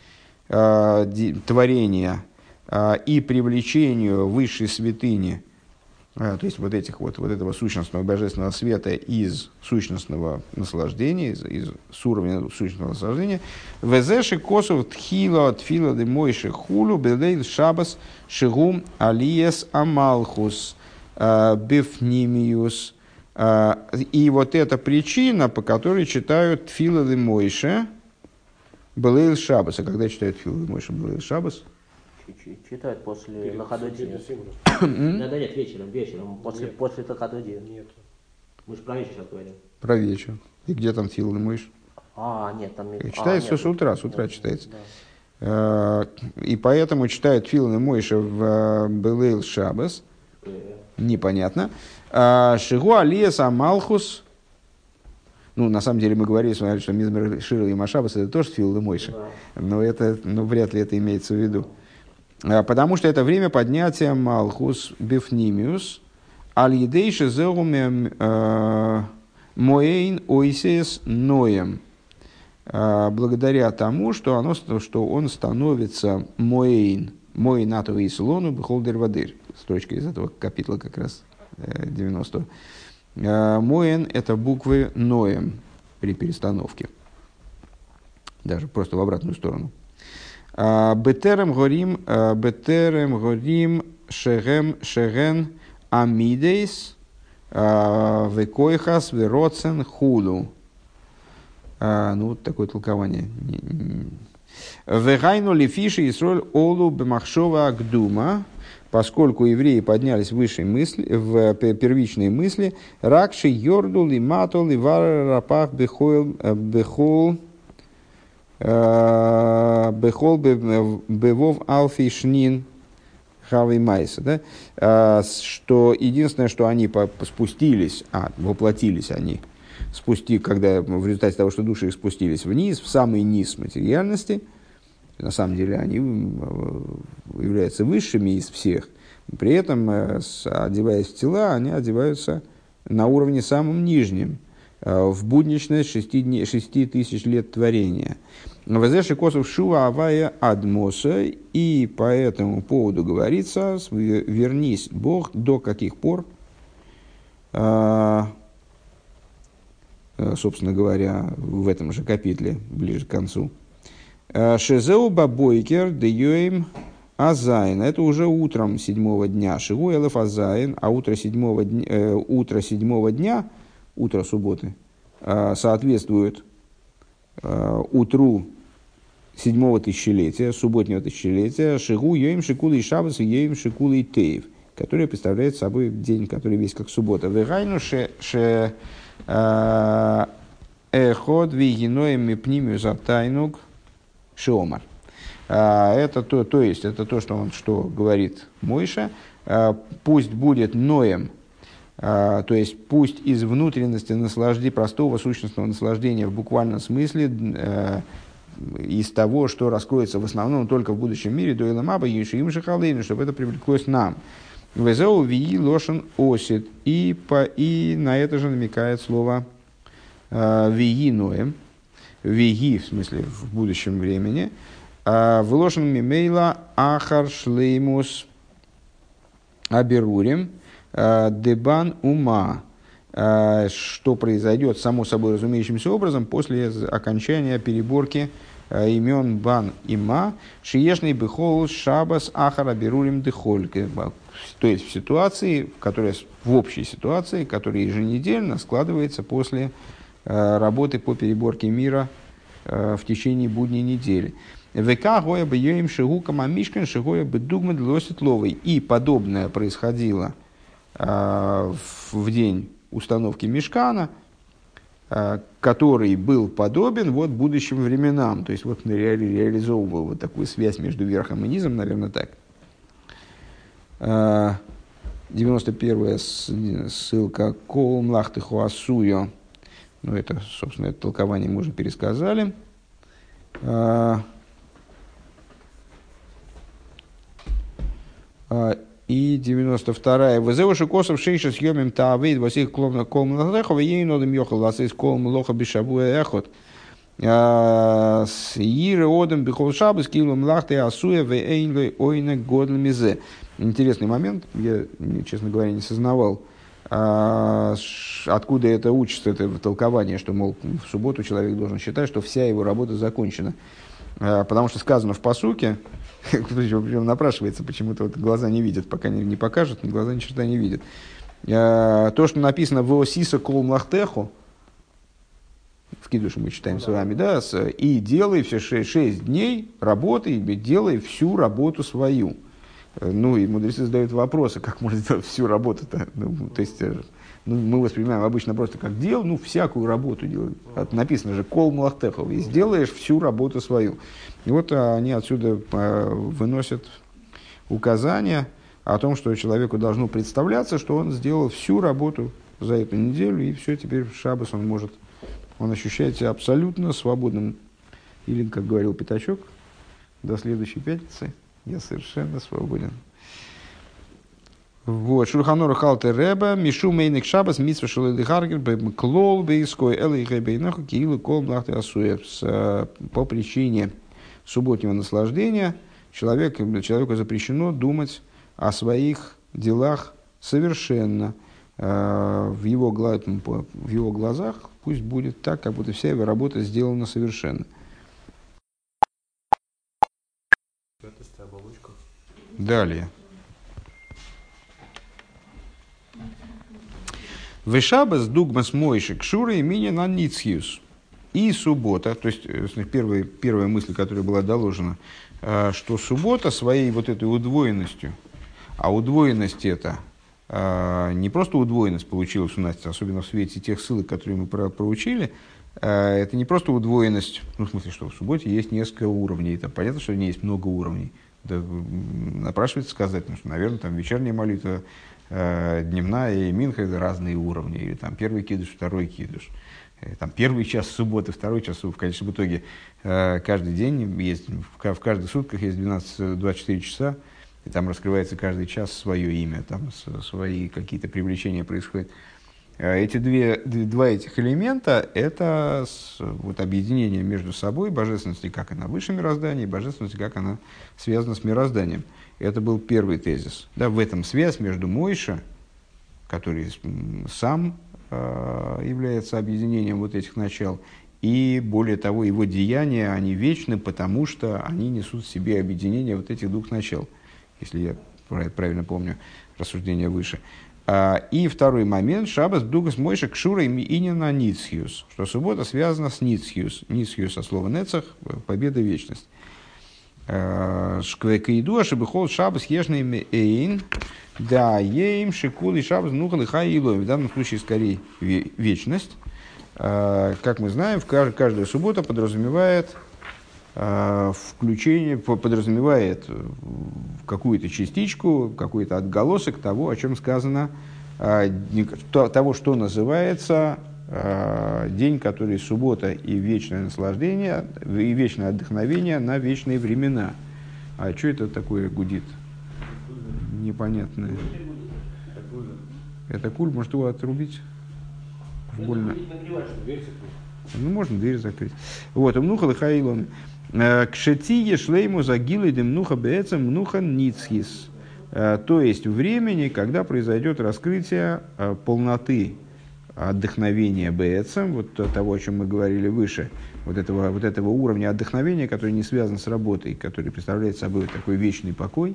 творения и привлечению высшей святыни, то есть вот, этих, вот, вот этого сущностного божественного света из сущностного наслаждения, из, из с уровня сущностного наслаждения, везеши косов тхила тфила де мойши хулу бедейл шабас шигум алиес амалхус бифнимиус. И вот эта причина, по которой читают тфила де мойши бедейл шабас. А когда читают тфила де мойши бедейл шабас? Читают после Лахадоди. Да, да, нет, вечером, вечером, после, после Лахадоди. Нет. Мы же про вечер сейчас говорим. Про вечер. И где там тфила де мойши? А, нет, там... Читается а, с утра, с утра нет, читается. Да. И поэтому читают тфила де мойши в Белейл Шабас. Непонятно. Шигу алиес амалхус. Ну, на самом деле мы говорили, что Мизмер Шира и Машабас это тоже тфила де мойши. Но это, ну, вряд ли это имеется в виду. Потому что это время поднятия Малхус Бифнимиус Аль-Едейши Зеуме Моэйн Ойсес Ноем. Благодаря тому, что, оно, что он становится Моэйн, Моэйн Ату Ислону Бхолдер Вадыр. Строчка из этого капитла как раз девяностого. Моэйн – это буквы Ноем при перестановке. Даже просто в обратную сторону. Бетерем горим, бетерем горим, шегем, шеген, амидейс, векойхас, вероцен, худу. Ну, вот такое толкование. Вегайну лифиши исроль олу бемахшова агдума, поскольку евреи поднялись в высшие мысли, в первичные мысли, ракши йорду лимату ливар рапах бехол бехол Бехол бевов алфи шнин хави майса, да? Что единственное, что они спустились, а воплотились они, спусти, когда в результате того, что души их спустились вниз, в самый низ материальности, на самом деле они являются высшими из всех, при этом, одеваясь в тела, они одеваются на уровне самым нижним, в будничность шести, дней, шести тысяч лет творения. Везеши косов шува авая адмоса, и по этому поводу говорится, вернись, Бог, до каких пор, а, собственно говоря, в этом же капитле, ближе к концу. Шезеу бабойкер деюэм азайн, это уже утром седьмого дня, шигу элеф азайн, а утро седьмого дня, э, утро седьмого дня, утро субботы, соответствует утру седьмого тысячелетия, субботнего тысячелетия, шигу йоим шикулы и шабас, йоим шикулы и теев, которая представляет собой день, который весь как суббота. Вегайну ше эход вигиноем мипнимию затайнуг шиомар. Это то, то есть, это то, что он что говорит Мойша. Пусть будет ноем, то есть пусть из внутренности наслаждения, простого сущностного наслаждения в буквальном смысле, из того, что раскроется в основном только в будущем мире, до Иламаба, Ешиим Шахалейну, чтобы это привлеклось нам. Везеу вии лошен осит. И, по, и на это же намекает слово вии ноем. Вии, в смысле, в будущем времени. В лошен мимейла ахар шлеймус аберурим дебан ума. Что произойдет само собой разумеющимся образом после окончания переборки имен бан и ма, шиешный бихол шабас ахара берурим дехоль. То есть в ситуации, в которой, в общей ситуации, которая еженедельно складывается после работы по переборке мира в течение будней недели. ВК гоя бы йоим шигука мамишкан шигоя бы дугмад лосит ловой. И подобное происходило в день установки мишкана, который был подобен вот будущим временам. То есть вот он ре- реализовывал вот такую связь между верхом и низом, наверное, так. девяносто первая ссылка «Кол млахты хуасуё». Ну, это, собственно, это толкование мы уже пересказали. И девяносто вторая. Везеуши косов шейша съемим таавейд васих кломна колм лахлехова ей нодам йохал ласис колм лоха бешабуя эхот. С иры одам бихол шабас килом лахты асуя вейнлой ойна годлмизе. Интересный момент. Я, честно говоря, не сознавал, откуда это учится, это толкование, что, мол, в субботу человек должен считать, что вся его работа закончена. Потому что сказано в пасуке, причем напрашивается, почему-то вот глаза не видят, пока не, не покажут, глаза ни черта не видят. То, что написано в Осиса Кол Млахтеху, в Кидуше мы читаем с вами, да, и делай все шесть, шесть дней работы, делай всю работу свою. Ну, и мудрецы задают вопросы, как можно сделать всю работу-то. Ну, то есть, ну, мы воспринимаем обычно просто как дел, ну, всякую работу делать. Написано же «Кол Млахтехов», и сделаешь всю работу свою. И вот они отсюда выносят указания о том, что человеку должно представляться, что он сделал всю работу за эту неделю, и все, теперь в шаббас он может, он ощущает себя абсолютно свободным. Или, как говорил Пятачок, до следующей пятницы я совершенно свободен. Вот. Шульхан Арух Алтер Ребе, Мишу Мейник Шабас, Митсва Шулейли Харгер, Клол Бейской, Элэй Гэбейнаху, Киилу Кол Млахты Асуев. По причине субботнего наслаждения человек, человеку запрещено думать о своих делах совершенно. В его, в его глазах пусть будет так, как будто вся его работа сделана совершенно. Далее. Вешабас дугмас мойши кшура и мини на ницхиус. И суббота, то есть первая, первая мысль, которая была доложена, что суббота своей вот этой удвоенностью, а удвоенность это не просто удвоенность получилась у нас, особенно в свете тех ссылок, которые мы про, проучили, это не просто удвоенность, ну, в смысле, что в субботе есть несколько уровней, это понятно, что в ней есть много уровней. Да, напрашивается сказать, ну, что, наверное, там вечерняя молитва, э, дневная и минха — это разные уровни, или там первый кидуш, второй кидуш, э, там первый час субботы, второй час, в конечном итоге э, каждый день есть, в, в каждых сутках есть двенадцать двадцать четыре часа, и там раскрывается каждый час свое имя, там с, свои какие-то привлечения происходят. Эти две, два этих элемента – это вот, объединение между собой божественности, как она выше мироздания, и божественности, как она связана с мирозданием. Это был первый тезис. Да, в этом связь между Мойше, который сам э, является объединением вот этих начал, и, более того, его деяния, они вечны, потому что они несут в себе объединение вот этих двух начал, если я правильно помню рассуждение выше. И второй момент, шаббас бдугас мойша кшура инина ницхиус, что суббота связана с ницхиус. Ницхиус от слова нецах, победа, вечность. Шквекаиду ашебихол шаббас ешный эйн Да, ем шикул и шабас нухан и хай илой. В данном случае скорее вечность. Как мы знаем, каждая суббота подразумевает включение, подразумевает какую-то частичку, какой-то отголосок того, о чем сказано, того, что называется день, который суббота и вечное наслаждение, и вечное отдохновение на вечные времена. А что это такое гудит? Непонятное. Это куль, может его отрубить? Больно. Ну, можно дверь закрыть. Вот, мнуха лихаилон. Кшетие шлейму загилы демнуха бецем мнуха ницхис. То есть времени, когда произойдет раскрытие полноты отдохновения бецем, вот того, о чем мы говорили выше, вот этого, вот этого уровня отдохновения, который не связан с работой, который представляет собой такой вечный покой,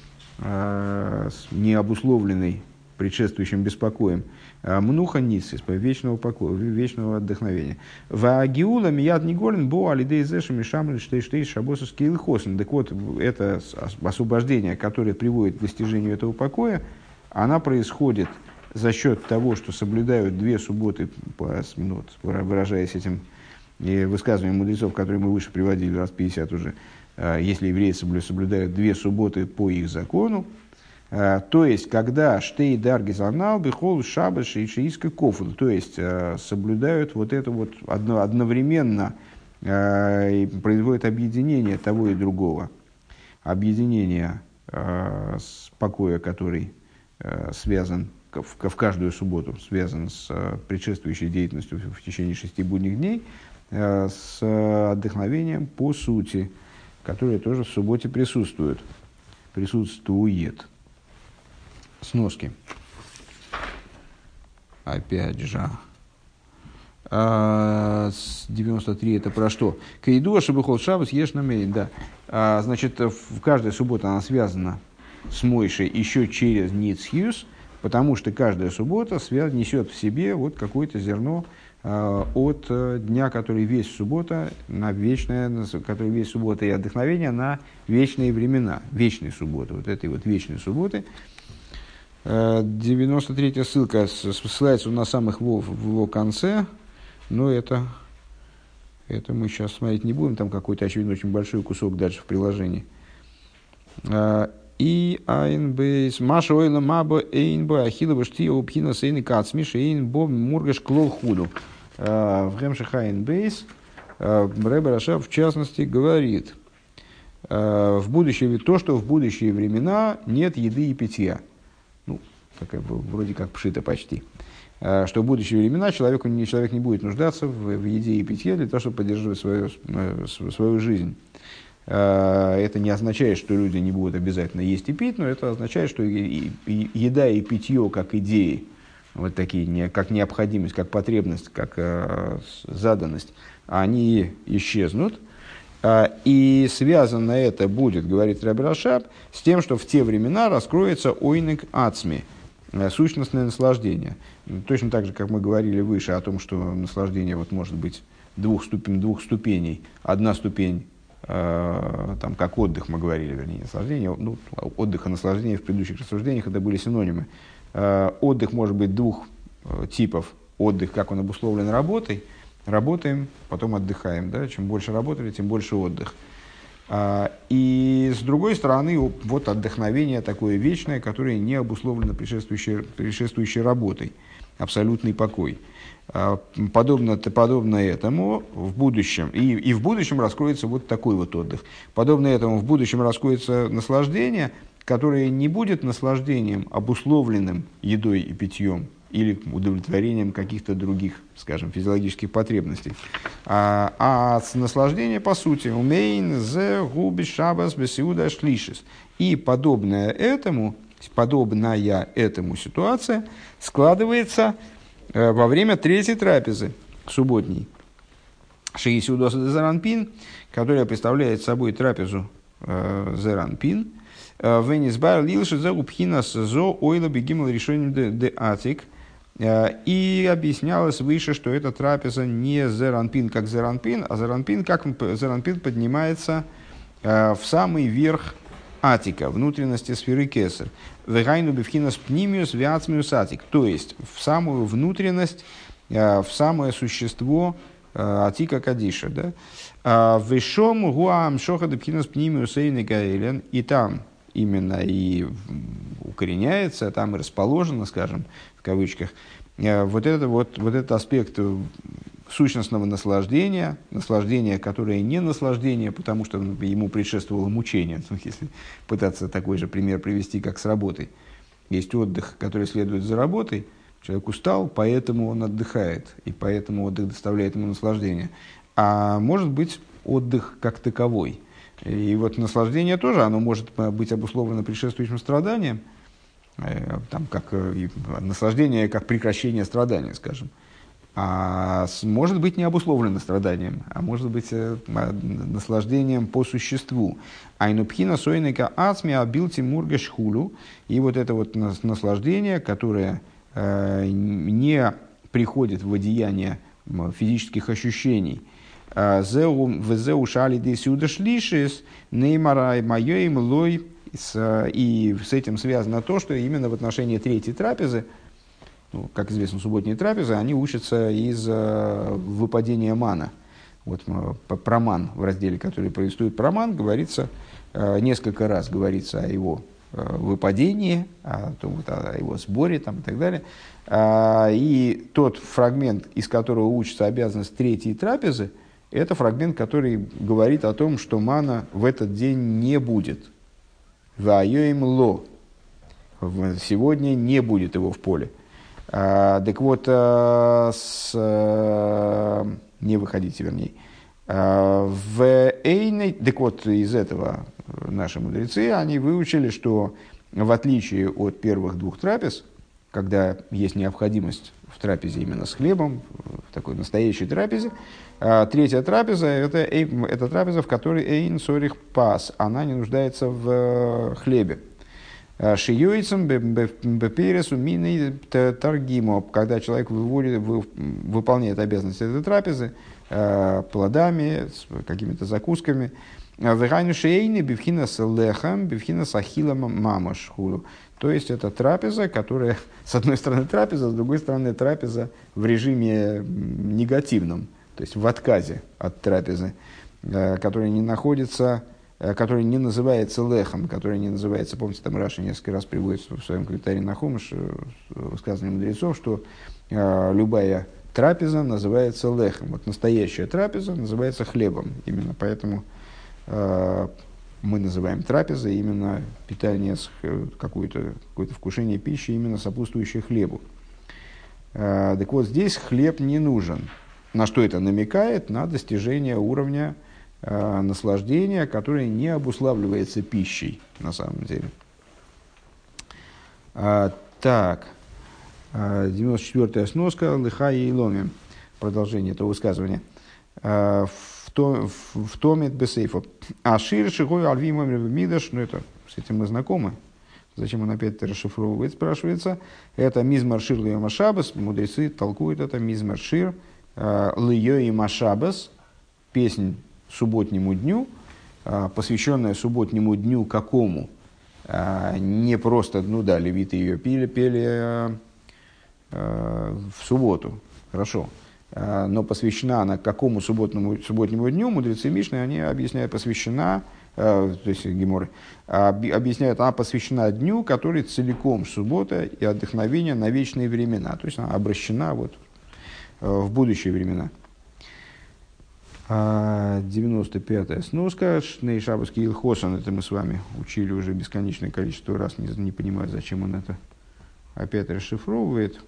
не обусловленный предшествующим беспокоем, мнуха ницис, вечного покоя, вечного отдохновения. Ваагиула мияд неголен бо алидей зешами шамли штейштей шабосус килхосен. Так вот, это освобождение, которое приводит к достижению этого покоя, она происходит за счет того, что соблюдают две субботы, ну, выражаясь этим высказыванием мудрецов, которые мы выше приводили, раз пятьдесят уже, если евреи соблюдают две субботы по их закону, то есть, когда штей дарги занал бихол шабаш и шииска кофун, то есть, соблюдают вот это вот одновременно, производят объединение того и другого, объединение покоя, который связан в каждую субботу, связан с предшествующей деятельностью в течение шести будних дней, с отдохновением по сути, которое тоже в субботе присутствует, присутствует. Сноски. Опять же. А, девяносто три это про что? Каиду шабухол шабас ешь намерен. Да. А, значит, в каждая суббота она связана с Мойшей еще через Ницхиус, потому что каждая суббота связ... несет в себе вот какое-то зерно а, от а, дня, который весь суббота, на вечное, который весь суббота и отдохновение на вечные времена, вечной субботы, вот этой вот вечной субботы. девяносто третья ссылка ссылается на самых вов в его конце, но это, это мы сейчас смотреть не будем, там какой-то, очевидно, очень большой кусок дальше в приложении. И айнбейс маша ойла маба эйнба ахилова штия упхина сейны кацмиш эйнбо мургаш клол худу. В гемших айнбейс Рэбе Рашаб в частности говорит, в будущее, то, что в будущие времена нет еды и питья. Ну, такая, вроде как пшито почти. Что в будущие времена человеку, человек не будет нуждаться в, в еде и питье для того, чтобы поддерживать свою, свою жизнь. Это не означает, что люди не будут обязательно есть и пить, но это означает, что и, и, еда и питье как идеи, вот такие, не, как необходимость, как потребность, как э, заданность, они исчезнут. И связано это будет, говорит Рабби Рашаб, с тем, что в те времена раскроется ойнек ацми, сущностное наслаждение. Точно так же, как мы говорили выше о том, что наслаждение вот может быть двух, ступень, двух ступеней. Одна ступень, э, там, как отдых, мы говорили, вернее, наслаждение. Ну, отдых и наслаждение в предыдущих рассуждениях это были синонимы. Э, отдых может быть двух э, типов. Отдых, как он обусловлен работой. Работаем, потом отдыхаем. Да? Чем больше работали, тем больше отдых. А, и с другой стороны, вот отдохновение такое вечное, которое не обусловлено предшествующей, предшествующей работой. Абсолютный покой. А, подобно, подобно этому в будущем, и, и в будущем раскроется вот такой вот отдых. Подобно этому в будущем раскроется наслаждение, которое не будет наслаждением, обусловленным едой и питьем, или удовлетворением каких-то других, скажем, физиологических потребностей. А, а наслаждение, по сути, умейн зе губи шабас бесиуда шлишис. И подобное этому, подобная этому ситуация складывается э, во время третьей трапезы субботней. Шиисиудоса де зеранпин, которая представляет собой трапезу э, зеранпин. Венисбар лилши зе губхинас зо ойла бегимал решением де атик. И объяснялось выше, что эта трапеза не зеранпин как зеранпин, а зеранпин как зеранпин поднимается в самый верх атика, внутренности сферы кесар. Вегайну бифхинас пнимиус виацмиус атик. То есть в самую внутренность, в самое существо атика кадиша. Да? Вешом гуам шохад бифхинас пнимиус эйны гаэлен. И там именно и укореняется, там и расположено, скажем, в кавычках, вот, это, вот, вот этот аспект сущностного наслаждения, наслаждение, которое не наслаждение, потому что ему предшествовало мучение, ну, если пытаться такой же пример привести, как с работой. Есть отдых, который следует за работой, человек устал, поэтому он отдыхает, и поэтому отдых доставляет ему наслаждение. А может быть отдых как таковой. И вот наслаждение тоже, оно может быть обусловлено предшествующим страданием, там, как наслаждение, как прекращение страдания, скажем. А может быть не обусловлено страданием, а может быть наслаждением по существу. Айнупхина сойника ацми абилти мургаш хулу. И вот это вот наслаждение, которое не приходит в одеяние физических ощущений. Зеу шали десюда шлишис неймарай майоим лой. И с этим связано то, что именно в отношении третьей трапезы, ну, как известно, субботние трапезы, они учатся из э, выпадения мана. Вот про ман в разделе, который повествует про ман, говорится, э, несколько раз говорится о его э, выпадении, о, том, вот, о его сборе там, и так далее. А, и тот фрагмент, из которого учится обязанность третьей трапезы, это фрагмент, который говорит о том, что мана в этот день не будет. Ваёим ло. Сегодня не будет его в поле. А, так вот, а, с, а, не выходите, вернее. А, в Эйне, так вот, из этого наши мудрецы, они выучили, что в отличие от первых двух трапез, когда есть необходимость в трапезе именно с хлебом, в такой настоящей трапезе, а, третья трапеза это, это трапеза, в которой Эйн Сорих Пас, она не нуждается в хлебе. Шиюйцем бепересу миной таргимо, когда человек выводит, выполняет обязанности этой трапезы плодами, какими-то закусками. Вегайну шейни бифхинас лехам бифхинас ахилам мамаш хулу. То есть это трапеза, которая, с одной стороны трапеза, с другой стороны трапеза в режиме негативном, то есть в отказе от трапезы, которая не находится, которая не называется лехом, которая не называется, помните, там Раши несколько раз приводит в своем комментарии на Хумаш высказывание мудрецов, что любая трапеза называется лехом. Вот настоящая трапеза называется хлебом. Именно поэтому мы называем трапезой именно питание, какое-то, какое-то вкушение пищи, именно сопутствующее хлебу. Так вот, здесь хлеб не нужен. На что это намекает? На достижение уровня э, наслаждения, которое не обуславливается пищей, на самом деле. А, так, девяносто четвёртая сноска, лыха и ломи. Продолжение этого высказывания. А, в, том, в, в томе бесейфа. Ашир шигой альвимом мидаш, ну это, с этим мы знакомы. Зачем он опять это расшифровывает, спрашивается. Это мизмар шир льёма шабас. Мудрецы толкуют это мизмар шир льёма шабас. Песнь субботнему дню, посвященная субботнему дню какому? Не просто, ну да, левиты ее пели, пели в субботу, хорошо. Но посвящена она какому субботному, субботнему дню? Мудрецы Мишны, они объясняют, посвящена, то есть Геморы, объясняют, она посвящена дню, который целиком суббота и отдохновение на вечные времена. То есть она обращена вот в будущие времена. девяносто пятая сноска. Шней Шаббатский Илхосан. Это мы с вами учили уже бесконечное количество раз. Не, не понимаю, зачем он это опять расшифровывает.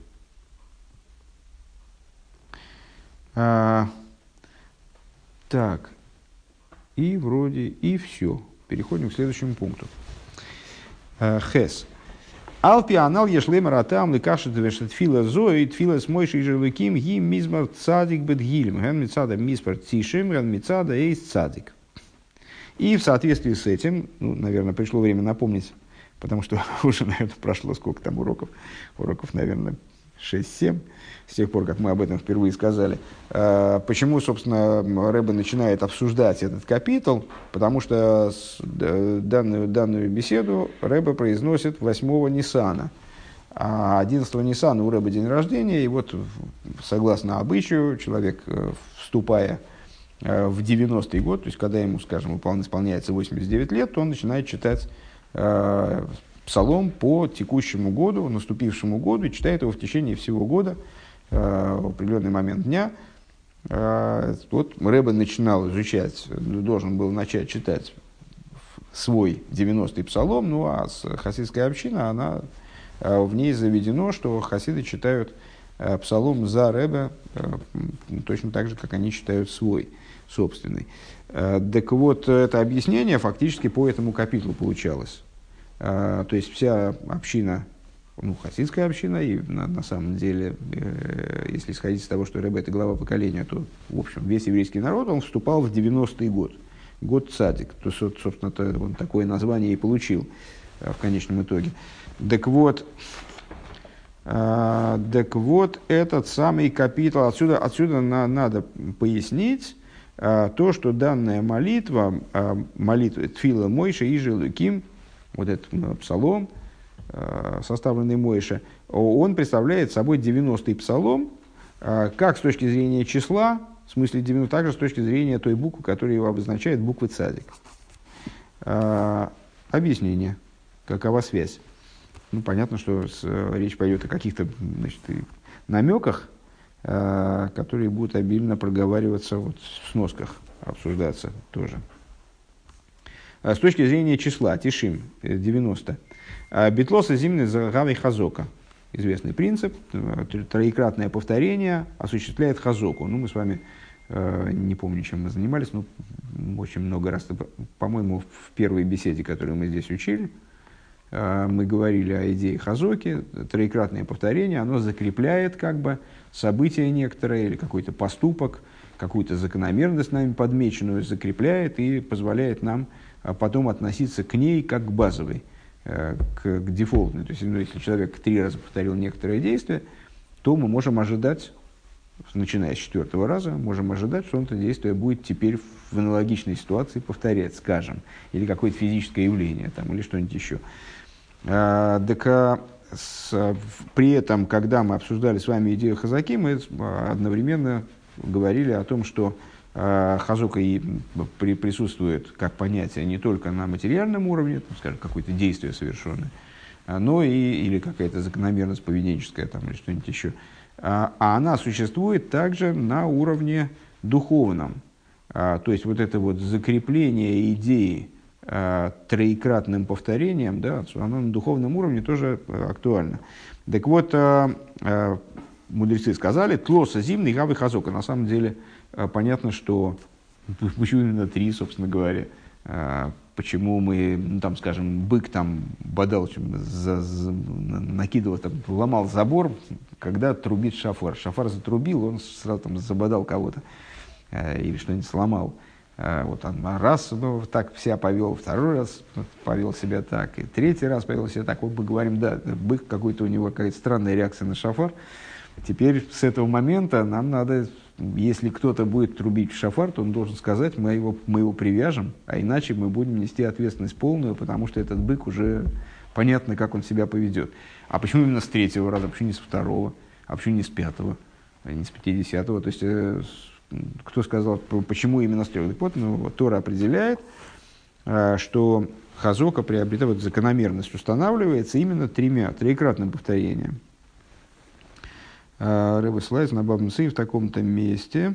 А, так. И вроде и все. Переходим к следующему пункту. Хес. Алпи анал ешлемер атам лекашет вешет фила зои тфила с мойшей жерлыким ги мизмар цадик бет гилем ген мицада миспар тишем ген мицада эйс цадик. И в соответствии с этим, ну, наверное, пришло время напомнить, потому что уже, наверное, прошло сколько там уроков, уроков, наверное, шесть-семь, с тех пор, как мы об этом впервые сказали. Почему, собственно, Рэбе начинает обсуждать этот капитул? Потому что данную, данную беседу Рэбе произносит восьмого Ниссана. А одиннадцатого Ниссана у Рэбе день рождения, и вот, согласно обычаю, человек, вступая в девяностый год, то есть когда ему, скажем, исполняется восемьдесят девять лет, то он начинает читать э, псалом по текущему году, наступившему году, и читает его в течение всего года, э, в определенный момент дня. Э, вот Рэбе начинал изучать, должен был начать читать свой девяностый псалом, ну а хасидская община, она, э, в ней заведено, что хасиды читают э, псалом за Рэбе э, точно так же, как они читают свой собственный. Так вот, это объяснение фактически по этому капитлу получалось. То есть вся община, ну, хасидская община, и на, на самом деле, если исходить из того, что Рэбе — это глава поколения, то, в общем, весь еврейский народ, он вступал в девяностый год, год цадик. То, собственно, он такое название и получил в конечном итоге. Так вот, так вот этот самый капитул, отсюда, отсюда на, надо пояснить, то, что данная молитва, молитва Тфила Мойша и Желуким, вот этот псалом, составленный Мойша, он представляет собой девяностый псалом, как с точки зрения числа, в смысле девяносто, так же с точки зрения той буквы, которая его обозначает, буквы цадик. Объяснение. Какова связь? Ну, понятно, что с, речь пойдет о каких-то, значит, намеках, которые будут обильно проговариваться вот в сносках, обсуждаться тоже. С точки зрения числа, тишим, девяносто. Битлоса зимны загавой хазока. Известный принцип, троекратное повторение осуществляет хазоку. Ну, мы с вами, не помню, чем мы занимались, но очень много раз, по-моему, в первой беседе, которую мы здесь учили, мы говорили о идее хазоки. Троекратное повторение, оно закрепляет как бы событие некоторое или какой-то поступок, какую-то закономерность нами подмеченную закрепляет и позволяет нам потом относиться к ней как к базовой, к, к дефолтной. То есть, ну, если человек три раза повторил некоторое действие, то мы можем ожидать, начиная с четвертого раза, можем ожидать, что это действие будет теперь в аналогичной ситуации повторять, скажем, или какое-то физическое явление, там, или что-нибудь еще. А, так, а, с, при этом, когда мы обсуждали с вами идею хазаки, мы одновременно говорили о том, что а, хазока и при, присутствует как понятие не только на материальном уровне, там, скажем, какое-то действие совершенное, но и или какая-то закономерность поведенческая там, или что-нибудь еще. А, а она существует также на уровне духовном. А, то есть вот это вот закрепление идеи троекратным повторением, да, оно на духовном уровне тоже актуально. Так вот, мудрецы сказали, тлоса зимный гавы хазока. На самом деле, понятно, что почему именно три, собственно говоря. Почему мы, ну, там, скажем, бык там бодал, за, за, накидывал, там, ломал забор, когда трубит шафар. Шафар затрубил, он сразу там забодал кого-то или что-нибудь сломал. Вот он раз, ну, так себя повел, второй раз повел себя так, и третий раз повел себя так. Вот мы говорим, да, бык какой-то, у него какая-то странная реакция на шафар. Теперь с этого момента нам надо, если кто-то будет трубить в шафар, то он должен сказать, мы его, мы его привяжем, а иначе мы будем нести ответственность полную, потому что этот бык уже понятно, как он себя поведет. А почему именно с третьего раза, почему не с второго, а почему не с пятого, а не с пятидесятого? То есть, э, кто сказал, почему именно с трех? Так вот, ну, Тора определяет, э, что хазока приобретает, вот, закономерность устанавливается именно тремя, троекратным повторением. Рэбе ссылается на Бав Мециа в таком-то месте.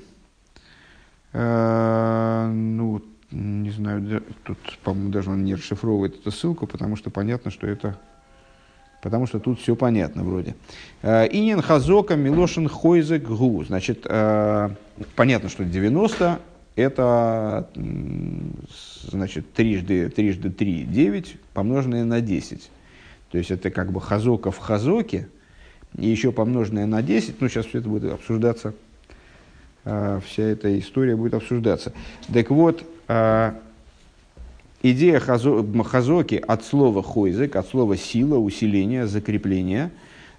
Э, ну, не знаю, тут, по-моему, даже он не расшифровывает эту ссылку, потому что понятно, что это... Потому что тут все понятно вроде. Инин хазока милошин хойзек гу. Значит, э, понятно, что девяносто это, значит, трижды, трижды три, девять, помноженное на десять. То есть это как бы хазока в хазоке, и еще помноженное на десять. Ну, сейчас все это будет обсуждаться, э, вся эта история будет обсуждаться. Так вот, э, идея хазо, хазоки от слова хойзек, от слова сила, усиление, закрепление,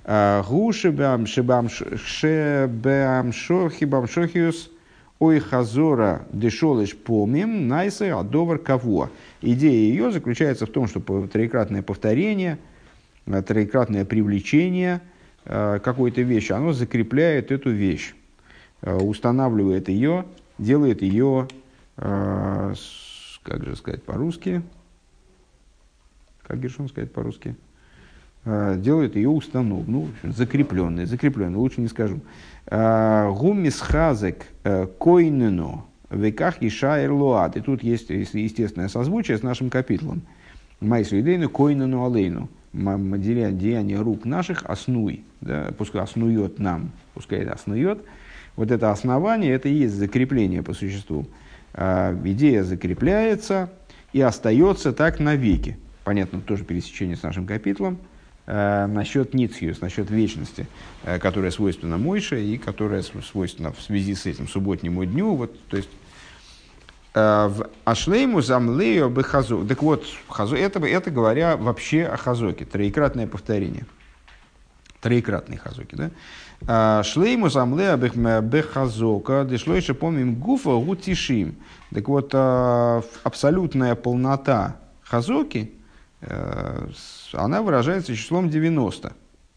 Гу шебам шебам шебам шохибам шохиус ой хазора дешолыш помим найсы адовар кого. Идея ее заключается в том, что троекратное повторение, троекратное привлечение какой-то вещи, оно закрепляет эту вещь, устанавливает ее, делает ее, как же сказать по-русски, как Гершон сказать по-русски, делает ее установку, ну, закрепленной, закрепленной, лучше не скажу. Гуммис хазек койнено веках ишаэр луад. И тут есть естественное созвучие с нашим капитлом. Майсу идейну койнено алейну. Деяние рук наших оснуй, да, пускай оснует нам, пускай это оснует. Вот это основание, это и есть закрепление по существу. Идея закрепляется и остается так навеки. Понятно, тоже пересечение с нашим капитлом. Э, насчет ницхиус, насчет вечности, э, которая свойственна Мойше и которая свойственна в связи с этим субботнему дню. Вот, то есть, э, в Ашлейму замлею бы хазок. Так вот, хазо, это, это говоря вообще о хазоке, троекратное повторение. Троекратные хазоки, да? Шлейму замлею бы хазока, дешло еще помним гуфа гутишим. Так вот, э, абсолютная полнота хазоки, она выражается числом девяносто.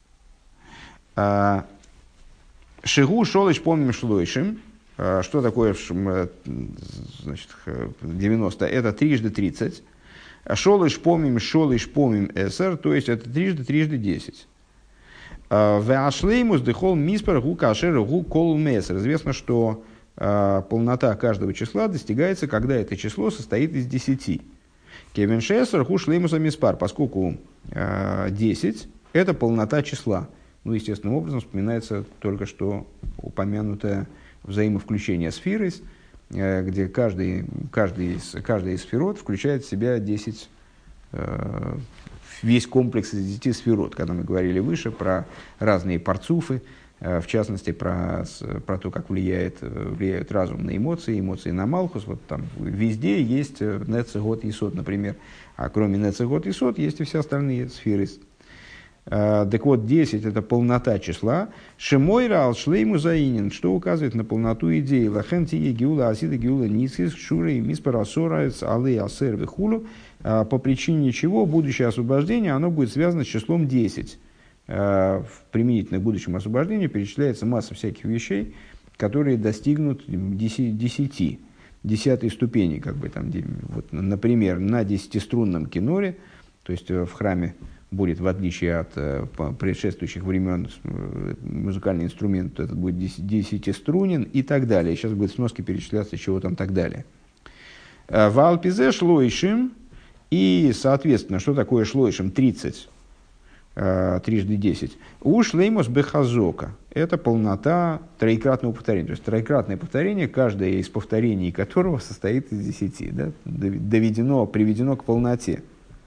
Шигу шолыш помним шлойшим. Что такое значит, девяносто? Это трижды тридцать. Шолыш помним, шолыш помним эсер, то есть это трижды, трижды десять. Веашлеймус дехол миспер гу кашер гу кол месер. Известно, что полнота каждого числа достигается, когда это число состоит из десяти. Кевин Шессер хуш леймуса миспар, поскольку э, десять – это полнота числа. Ну, естественным образом вспоминается только что упомянутое взаимовключение сферы, э, где каждый, каждый из, каждая из сферот включает в себя десять, э, весь комплекс из десяти сферот, когда мы говорили выше про разные парцуфы, в частности, про, про то, как влияет, влияют разум на эмоции, эмоции на малхус. Вот там везде есть нецегот и сот, например. А кроме нецегот и сот есть и все остальные сферы. Так вот, десять – это полнота числа. Шемойра ал-шлейму заинен, что указывает на полноту идеи. Лахен тие гиула асида гиула ницхис шурей миспарасорайц алей асер вихулу. По причине чего будущее освобождение оно будет связано с числом десять. В применительно к будущему освобождению перечисляется масса всяких вещей, которые достигнут десяти, десятой ступени. Как бы, там, вот, например, на десятиструнном киноре, то есть в храме будет, в отличие от предшествующих времен, музыкальный инструмент, этот будет десятиструнен и так далее. Сейчас будет в сноске перечисляться, чего там так далее. В Алпизе шлойшим, и, соответственно, что такое шлойшим? тридцать. Трижды десять. Уж леймос бехазока. Это полнота троекратного повторения. То есть троекратное повторение, каждое из повторений которого состоит из десяти. Да? Доведено, приведено к полноте.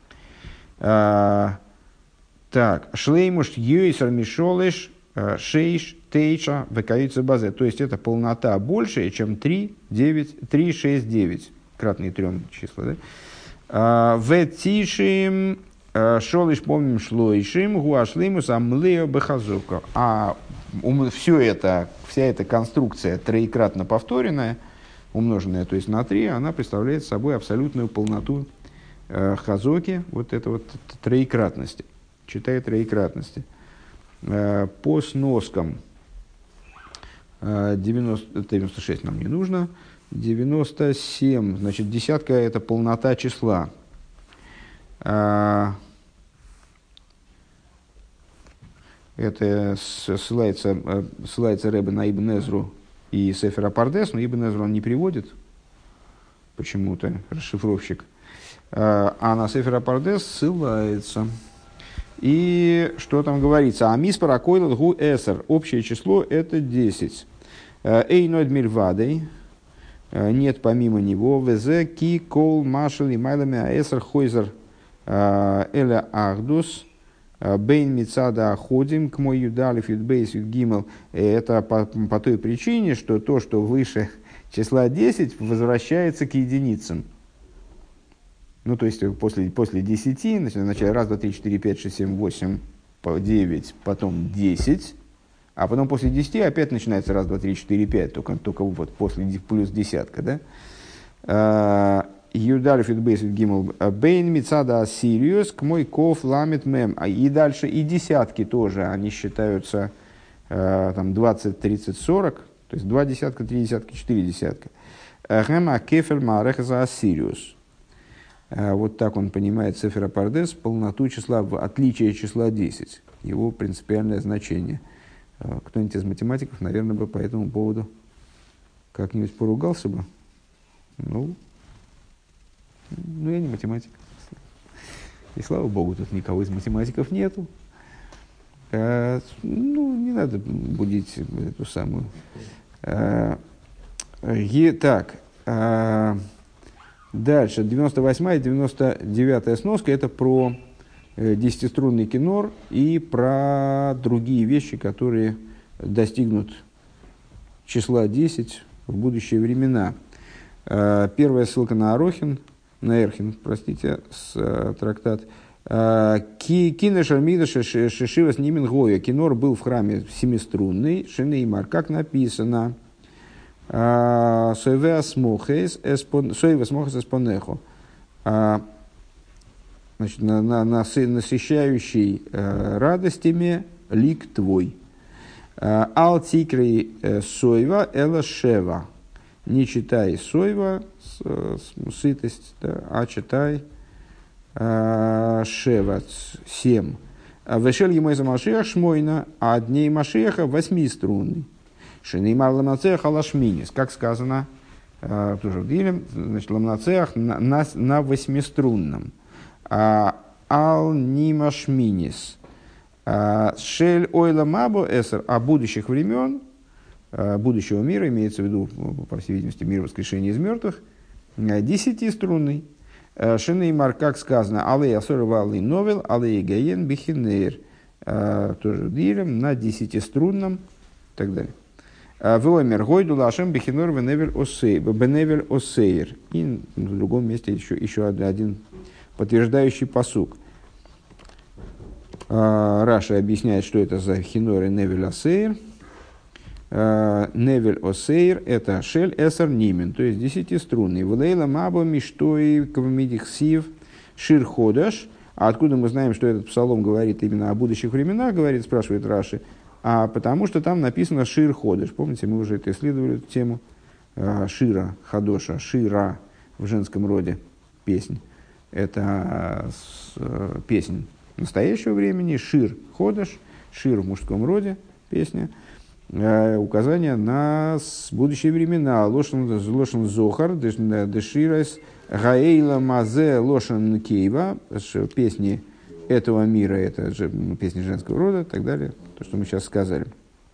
А, так. Шлеймуш юисар мишолыш шейш тейча векаица базе. То есть это полнота большая, чем три, девять, три, шесть, девять. Кратные трем числа. Да? Ветишим шолыш помним шлойшим гуашлимус амлео бехазука. А все это, вся эта конструкция троекратно повторенная, умноженная, то есть на три, она представляет собой абсолютную полноту э, хазоки, вот это вот троекратности, читая троекратности. Э, по сноскам э, девяносто, девяносто шесть нам не нужно, девяносто семь, значит, десятка – это полнота числа. Это ссылается, ссылается Ребе на Ибн Эзру и Сефер Апардес, но Ибн Эзру он не приводит почему-то, расшифровщик, а на Сефер Апардес ссылается. И что там говорится? Амис паракойлат гу эсер. Общее число это десять. Эй нойд мильвадей. Нет помимо него. Везе ки кол машел и майлами аэсер хойзер эля ахдус. Бейн мицада ходим к мой юдалиф юдбейс юдгимел. Это по, по той причине, что то, что выше числа десять, возвращается к единицам. Ну, то есть после, после десяти, в начале раз, два, три, четыре, пять, шесть, семь, восемь, девять, потом десять, а потом после десяти опять начинается раз, два, три, четыре, пять, только, только вот после плюс десятка, да? Юдаль фитбейс гимл бейн мицада сириус к мой ков ламит мем. И дальше и десятки тоже, они считаются там двадцать, тридцать, сорок, то есть два десятка, три десятка, четыре десятка. Гэма кефель марех за сириус. Вот так он понимает Сефер Апардес, полноту числа, в отличие числа десять, его принципиальное значение. Кто-нибудь из математиков, наверное, бы по этому поводу как-нибудь поругался бы. Ну, ну, я не математик. И слава богу, тут никого из математиков нету. А, ну, не надо будить эту самую. А, е, так. А, дальше. девяносто восьмая и девяносто девятая сноска. Это про десятиструнный кинор и про другие вещи, которые достигнут числа десять в будущие времена. А, первая ссылка на Арохин. На Эрхин, простите, с uh, трактат. Кино Шармида Шишива с Нимин Гоя. Кинор был в храме семиструнный, Шинеймар, как написано. Соеве смохес эспонехо. Значит, на, на, на, насыщающий uh, радостями лик твой. Ал тикрей соева эла шева. Не читай соева, сытость, да, а читай э, шева, семь. Вешель ему из Машиах шмойна, а дней Машиаха восьмиструнный. Шинеймар ламнацеах алашминис, как сказано, э, тоже в Дилем, значит, ламнацеах на, на, на восьмиструнном. А, ал нимашминис. Шель ойла мабо эсер, а будущих времен, будущего мира, имеется в виду, по всей видимости, мир воскрешения из мертвых, десятиструнный. Шинеймар, как сказано, алей асорва алей новел, алей гаен бихинейр, тоже дилем, на десятиструнном, и так далее. Воймер гойду лашем бихинор беневель осейр. И в другом месте еще, еще один подтверждающий пасук. Раша объясняет, что это за хинор и невель осейр. Невель осейр – это шель эсер нимен, то есть десятиструнный. Валейла маба миштои кавмидихсив шир ходаш. А откуда мы знаем, что этот псалом говорит именно о будущих временах, говорит, спрашивает Раши? А потому что там написано шир ходаш. Помните, мы уже это исследовали, эту тему шира, хадоша, шира в женском роде, песнь. Это песнь настоящего времени, шир ходаш, шир в мужском роде, песня. Указание на будущие времена. Лошен зохар, деширайс, гаэйла мазе лошен кейва, песни этого мира, это же песни женского рода и так далее, то, что мы сейчас сказали.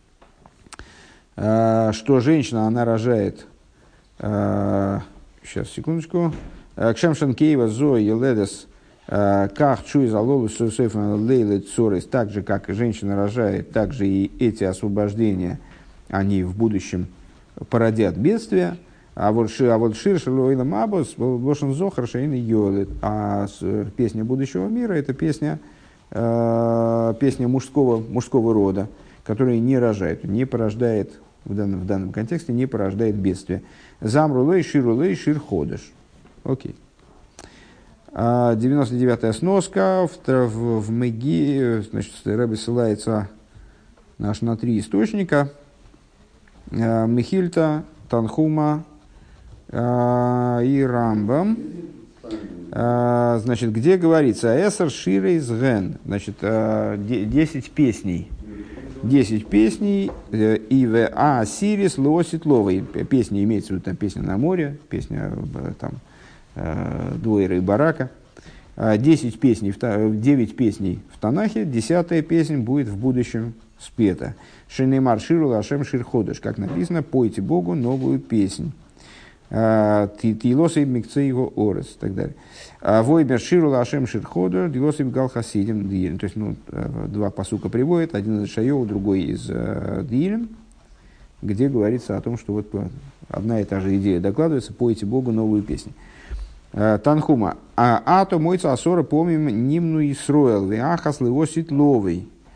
Что женщина, она рожает, сейчас, секундочку, кшемшен кейва зои еледес, как чуй залолу сусефа лейлы цорис, так же, как женщина рожает, так же и эти освобождения, они в будущем породят бедствия. А вот шир, а вот шир шилуэйла мабос, лошен зохар шейн йолет. А песня будущего мира – это песня, э, песня мужского, мужского рода, которая не рожает, не порождает, в данном, в данном контексте, не порождает бедствия. Замрулей, ширулей, шир ходыш. Окей. девяносто девятая сноска. В, в, в Меги, значит, Рэбби ссылается наш на три источника. Мехильта, Танхума и Рамбам. Значит, где говорится «Эсер ширей зген», значит, десять песней. Десять песней и в А Сирис Лоситловой. Песня имеется в виду, там песня на море, песня там Дуэйра и Барака. Десять песней, девять песней в Танахе, десятая песня будет в будущем спета. Шинеймар ширу лашем шир ходыш, как написано, пойте Богу новую песнь. Тилосей микцейго орес и так далее. Воймер ширу лашем шир ходыш, дилосей галхасидим диилем. То есть, ну, два пасука приводят, один из Шайова, другой из диилем, где говорится о том, что вот одна и та же идея докладывается, пойте Богу новую песню. Танхума. А то мойца асора помним нимну Исроэл, веахас левосит ловый.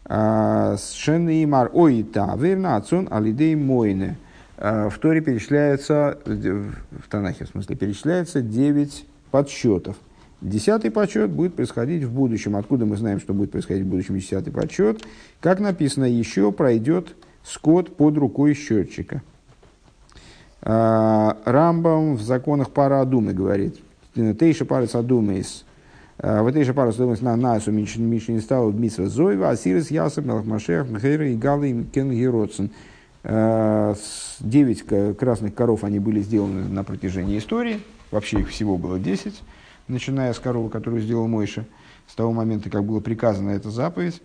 Шенеймар ой тавер нацун алидей мойне. В Торе перечисляется, в Танахе в смысле, перечисляется девять подсчетов. Десятый подсчет будет происходить в будущем. Откуда мы знаем, что будет происходить в будущем десятый подсчет? Как написано, еще пройдет скот под рукой счетчика. Рамбам в законах пара Адумы говорит, Тейша парус Адумейс, в Тейша парус Адумейс на Насу Мишни стал Митсва Зоева, Асирис Ясов, Мелахмашех, Мхейра и Галы Кен Героцен. Девять красных коров они были сделаны на протяжении истории, вообще их всего было десять, начиная с коровы, которую сделал Мойша, с того момента, как было приказано эта заповедь.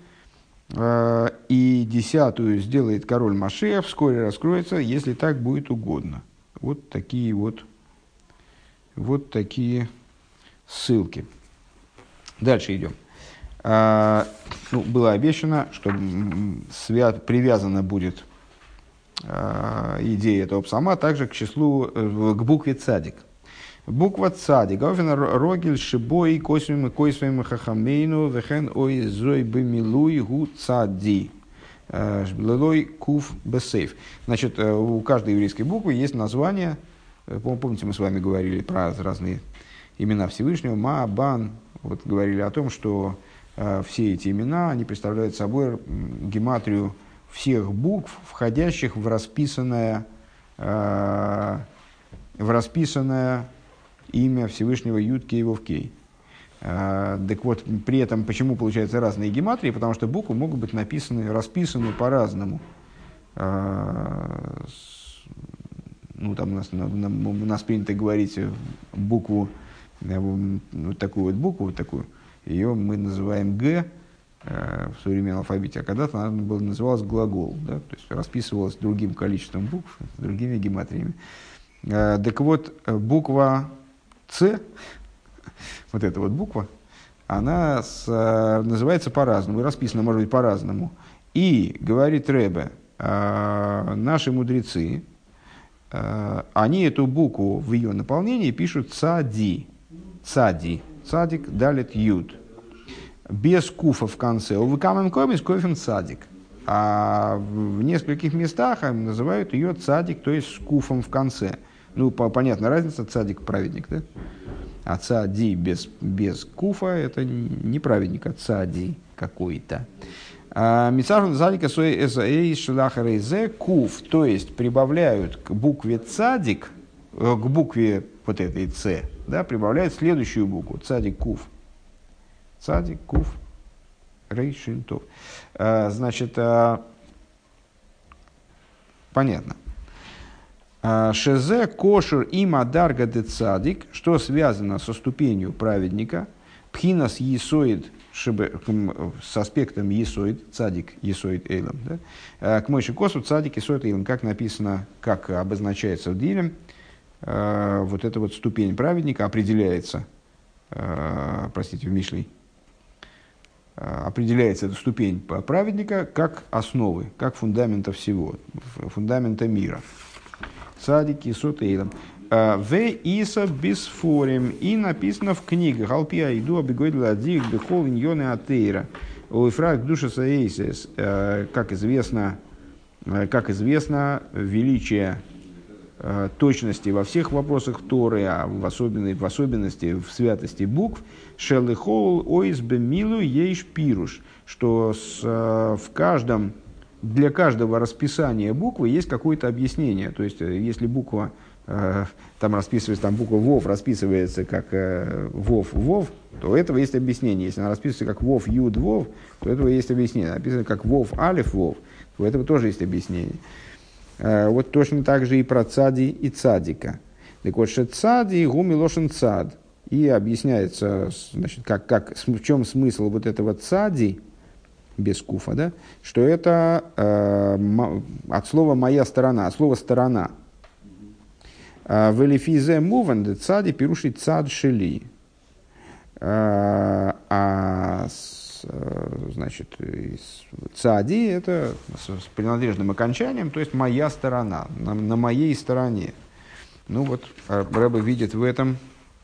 И десятую сделает король Машиах, вскоре раскроется, если так будет угодно. Вот такие вот, вот такие ссылки. Дальше идем. А, ну, было обещано, что свят, привязана будет а, идея этого псалма также к числу, к букве цадик. Буква цадик. Говен рогель шибой косвим косвим хахамейну вехен ой зой бемилуй гу цади. Лелой куф бесейф. Значит, у каждой еврейской буквы есть название. Помните, мы с вами говорили про разные имена Всевышнего. Ма, Бан. Вот говорили о том, что все эти имена, они представляют собой гематрию всех букв, входящих в расписанное, в расписанное имя Всевышнего Юд-Кей Вов-Кей. Так вот, при этом, почему получаются разные гематрии? Потому что буквы могут быть написаны, расписаны по-разному. Ну, там у нас, у нас принято говорить букву, вот такую вот букву, вот такую, ее мы называем Г в современном алфавите, а когда-то она была, называлась глагол, да? То есть расписывалась другим количеством букв, другими гематриями. Так вот, буква С, вот эта вот буква, она с, называется по-разному, и расписана, может быть, по-разному. И, говорит Ребе, наши мудрецы, они эту букву в ее наполнении пишут цади, цади, цадик, далит, юд, без куфа в конце. У выкамем комис кофем цадик. А в нескольких местах называют ее цадик, то есть с куфом в конце. Ну, понятна разница, цадик праведник, да? А цади без, без куфа это не праведник, а цади какой-то. Мицарун цадика сой эсаэй шлахарейзе куф, то есть прибавляют к букве цадик, к букве вот этой Ц, да, прибавляют следующую букву, цадик куф. Цадик куф рейшинтов. Значит, понятно. Шезе кошер има дарга де цадик, что связано со ступенью праведника, пхинас есоид, с аспектом есоид, цадик есоид эйлом, да? К мойши косу цадик есоид эйлом, как написано, как обозначается в Диле, вот эта вот ступень праведника определяется, простите, в Мишлей, определяется эта ступень праведника как основы, как фундамента всего, фундамента мира. Цадик есоид эйлом. В Иса Бисфорим, и написано в книгах Алпия иду обегойдла адик бехол иньоны атеира уифрак душа саэйсис. Как известно, как известно, величие точности во всех вопросах Торы, а в особенности, в особенности в святости букв, шелыхол ойс бемилу ейш пируш, что с, в каждом, для каждого расписания буквы есть какое-то объяснение. То есть, если буква там расписывается, там буква Вов расписывается как э, Вов, Вов, то у этого есть объяснение. Если она расписывается как Вов, Юд, Вов, то у этого есть объяснение. Написано как Вов, Алиф, Вов, то у этого тоже есть объяснение. Э, вот точно так же и про цади и цадика. Так вот, что цади, гуми лошен цад. И объясняется, значит, как, как, в чем смысл вот этого цади, без куфа, да, что это э, от слова «моя сторона», от слова «сторона». Велифизе муван цади пируши цад шели. А значит, цади это с принадлежным окончанием, то есть моя сторона, на, на моей стороне. Ну вот, Рэбе видит в этом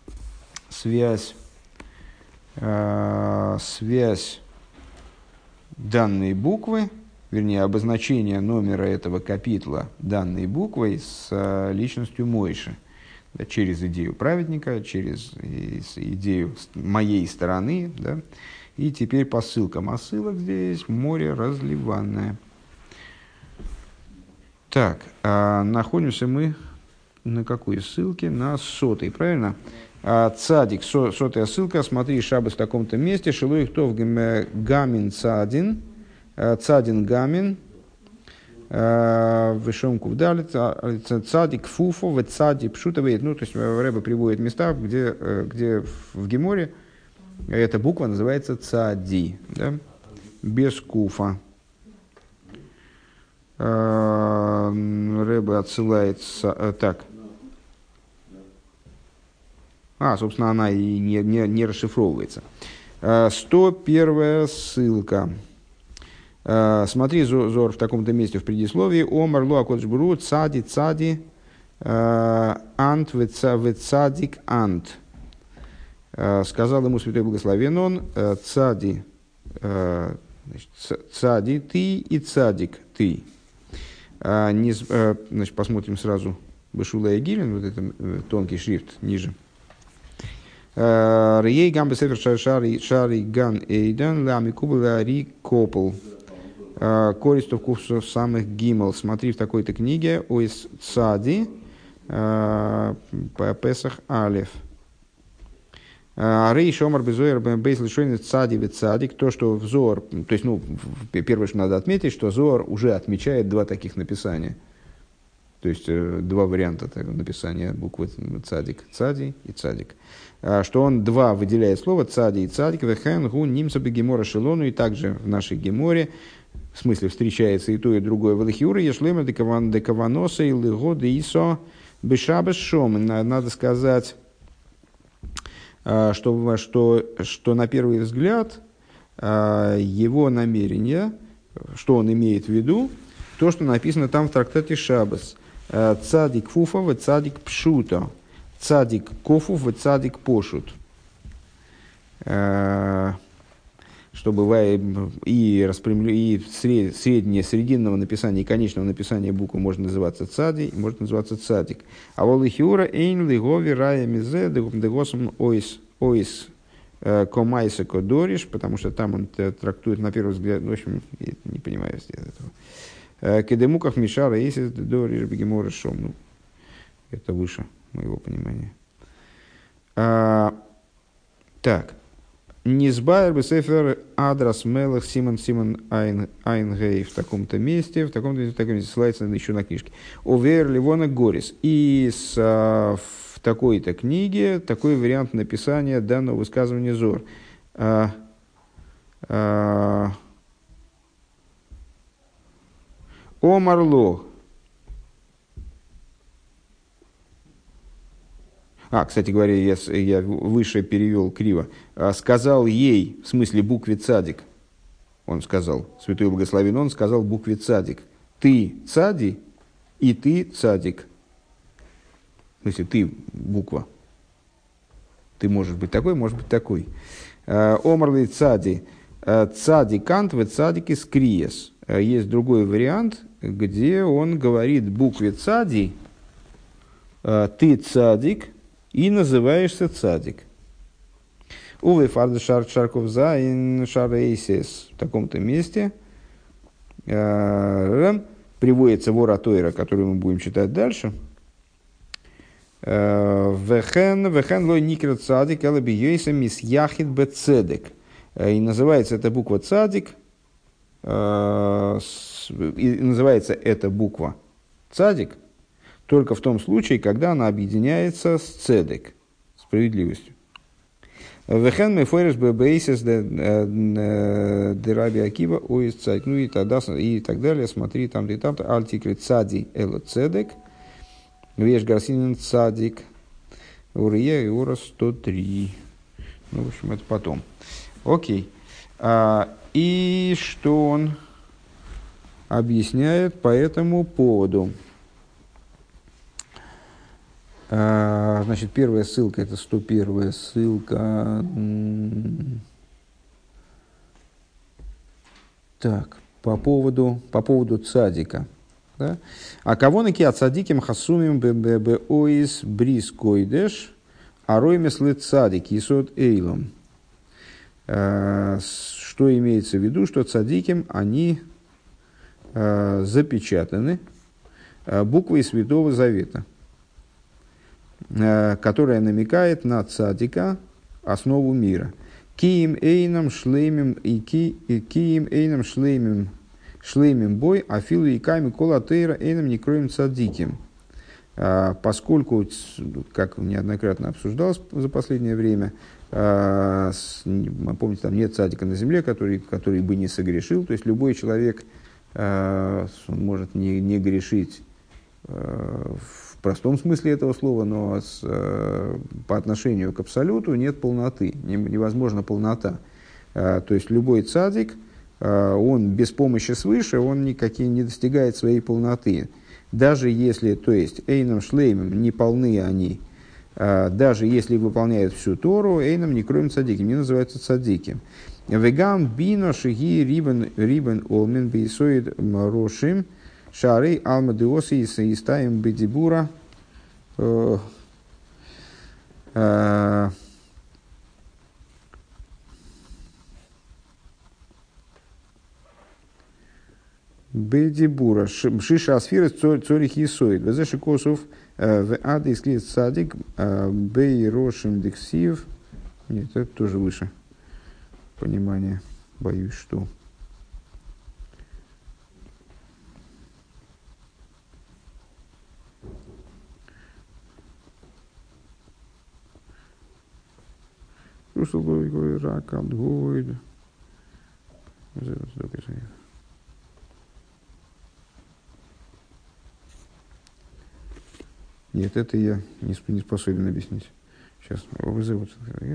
связь, связь данной буквы, вернее, обозначение номера этого капитла данной буквой с э, личностью Мойши. Да, через идею праведника, через идею моей стороны. Да. И теперь по ссылкам. А ссылок здесь море разливанное. Так, а находимся мы на какой ссылке? На сотой, правильно? А, цадик, со, сотая ссылка. Смотри, шаббат в таком-то месте. Шилой хтов гамин цадин. Цадин гамин. Вышомку вдали. Цадик фуфо, в цади пшутовый. Ну, то есть Рэбе приводит места, где, где в Геморе эта буква называется цади. Да? Без куфа. Рэбе отсылает так. А, собственно, она и не, не, не расшифровывается. сто первая ссылка. Смотри, Зор в таком-то месте в предисловии. Омар луа кодшбуру цади цади ант вецадик ант. Сказал ему святой благословен он, цади, значит, цади ты и цадик ты. Значит, посмотрим сразу Бешула и Гилин, вот это тонкий шрифт ниже. Рей гам бесефер шари шари ган эйдан лами кубла ри копл. Користов курсов самых гимал. Смотри в такой-то книге оис цади по Песах Алеф. Рей шомар безоер бейс лишойн цади вет цадик. То, что в Зоар, то есть, ну, первое, что надо отметить, что Зоар уже отмечает два таких написания. То есть, два варианта такого написания буквы цадик, цади и цадик. Что он два выделяет слово цади и цадик. Вехен гу нимса бегемора шелону. И также в нашей геморе, в смысле, встречается и то, и другое. Велихиура ешлема декаваноса и лего деисо бешабес шом. Надо сказать, что, что, что на первый взгляд его намерение, что он имеет в виду, то, что написано там в трактате Шаббас. Цадик фуфа, цадик пшута. Цадик кофуф, цадик пошут. Что бывает и, распрямлю, и сред, среднее, срединного написания и конечного написания буквы может называться цади, и может называться цадик. А волихиура эйн лигови рая мизе дегосом ойс ойс комайса кодориш, потому что там он трактует на первый взгляд, в общем, я не понимаю этого. Кедемуках мишара эйсис дориш бегемора шом. Ну, это выше моего понимания. А, так. Низбайр бесефер адрас мелах Симон Симон Айнгей в таком-то месте, в таком-то месте, в таком месте, ссылается еще на книжке. Овер Ливона Горис. И с, а, в такой-то книге такой вариант написания данного высказывания Зор. А, а, Омарло. А, кстати говоря, я, я выше перевел криво. Сказал ей, в смысле букве цадик, он сказал, святой благословен, он сказал букве цадик. Ты цади, и ты цадик. В смысле, ты буква. Ты можешь быть такой, можешь быть такой. Омарлей цади. Цади кант в цадике скриес. Есть другой вариант, где он говорит букве цади, ты цадик, и называешься цадик. Увы, фарда шар шарков зайн шарейсис. В таком-то месте э, приводится вора Тойра, который мы будем читать дальше. Вехен вехен лой никер цадик элаби йойса мис яхид бе цедек. И называется эта буква цадик. Э, с, и называется эта буква цадик только в том случае, когда она объединяется с цедек, справедливостью. Вехен мы фойреш бейсис де раби Акива оис цадик. Ну и тогда и так далее. Смотри там и там. Альтикри цади эло цедек. Веш гарсинин цадик. Урия и ура сто три. Ну, в общем, это потом. Окей. А, и что он объясняет по этому поводу? Значит, первая ссылка, это сто первая ссылка. Так, по поводу, по поводу цадика. Да? А кого наки от цадиким хасумим ббоис брис койдеш, а роймес лет цадик, есот эйлом. Что имеется в виду, что цадиким они э, запечатаны э, буквой Святого Завета, э, которая намекает на цадика, основу мира. Киим эйном шлеймим и киим эйном шлеймим шлеймим бой, а филу и ками колатейра эйном не кроем цадиким. Э, поскольку, как неоднократно обсуждалось за последнее время, Uh, помните, там нет цадика на земле, который, который бы не согрешил. То есть любой человек uh, может не, не грешить uh, в простом смысле этого слова, но с, uh, по отношению к абсолюту нет полноты, не, невозможна полнота. Uh, то есть любой цадик, uh, он без помощи свыше, он никакие не достигает своей полноты. Даже если, то есть, эйном шлеймем, не полны они, даже если выполняют всю Тору, эйном не кроем цадиким, не называются цадиким. Вегам бино шиги рибен рибен олмен бейсоид рошим шарей алма деоси и истаем бедибура бедибура шиша асфиры цорих есоид везеши косов в ады исклит садик бей рошим дексив. Нет, это тоже выше понимание. Боюсь, что Нет, это я не, не способен объяснить. Сейчас вызовут.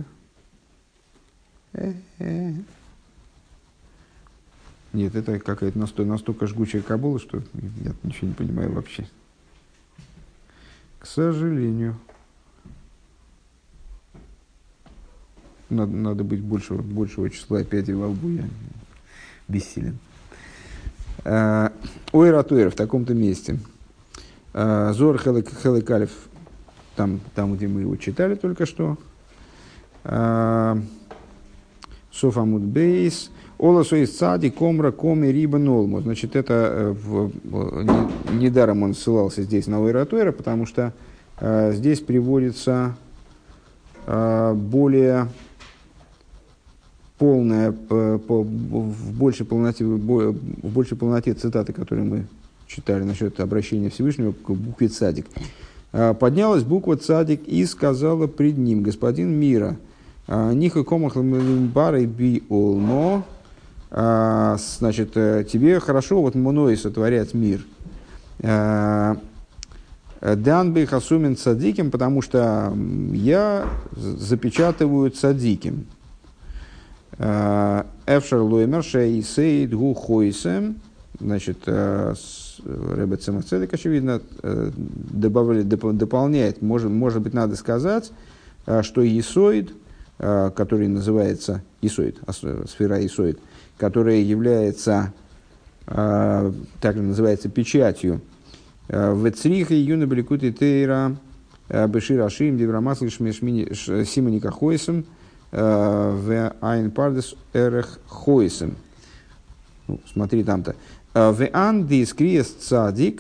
Нет, это какая-то настолько, настолько жгучая кабула, что я ничего не понимаю вообще. К сожалению. Надо, надо быть большего, большего числа пядей во лбу, я бессилен. Ойра Туэр в таком-то месте. Зор Хелек Алеф, там, там, где мы его читали только что. Софамуд Бейс. Ола Соис Цади, Комра, Коми, Риба, Нолмо. Значит, это в, не, недаром он ссылался здесь на Ойра Туэра, потому что а, здесь приводится а, более полная, по, по, в, большей полноте, в большей полноте цитаты, которые мы читали насчет обращения Всевышнего к букве Цадик. Поднялась буква Цадик и сказала пред ним: господин мира, ниха комах лимбарой би олмо, значит, тебе хорошо вот мной сотворять мир. Дан би хасумен цадиким, потому что я запечатываю цадиким. Эфшер лоймер шей сейд гу хойсем. Значит, Ребе Цемах Цедек, очевидно, добавили, дополняет, может, может быть, надо сказать, что Есоид, который называется Есоид, сфера Есоид, которая является, так называется, печатью, в Цриха Юна Беликути Тейра Бешир Ашим Деврамасл Симоника Хойсом в Айн Пардес Эрех Хойсом. Смотри там-то. Веан дискриес цадик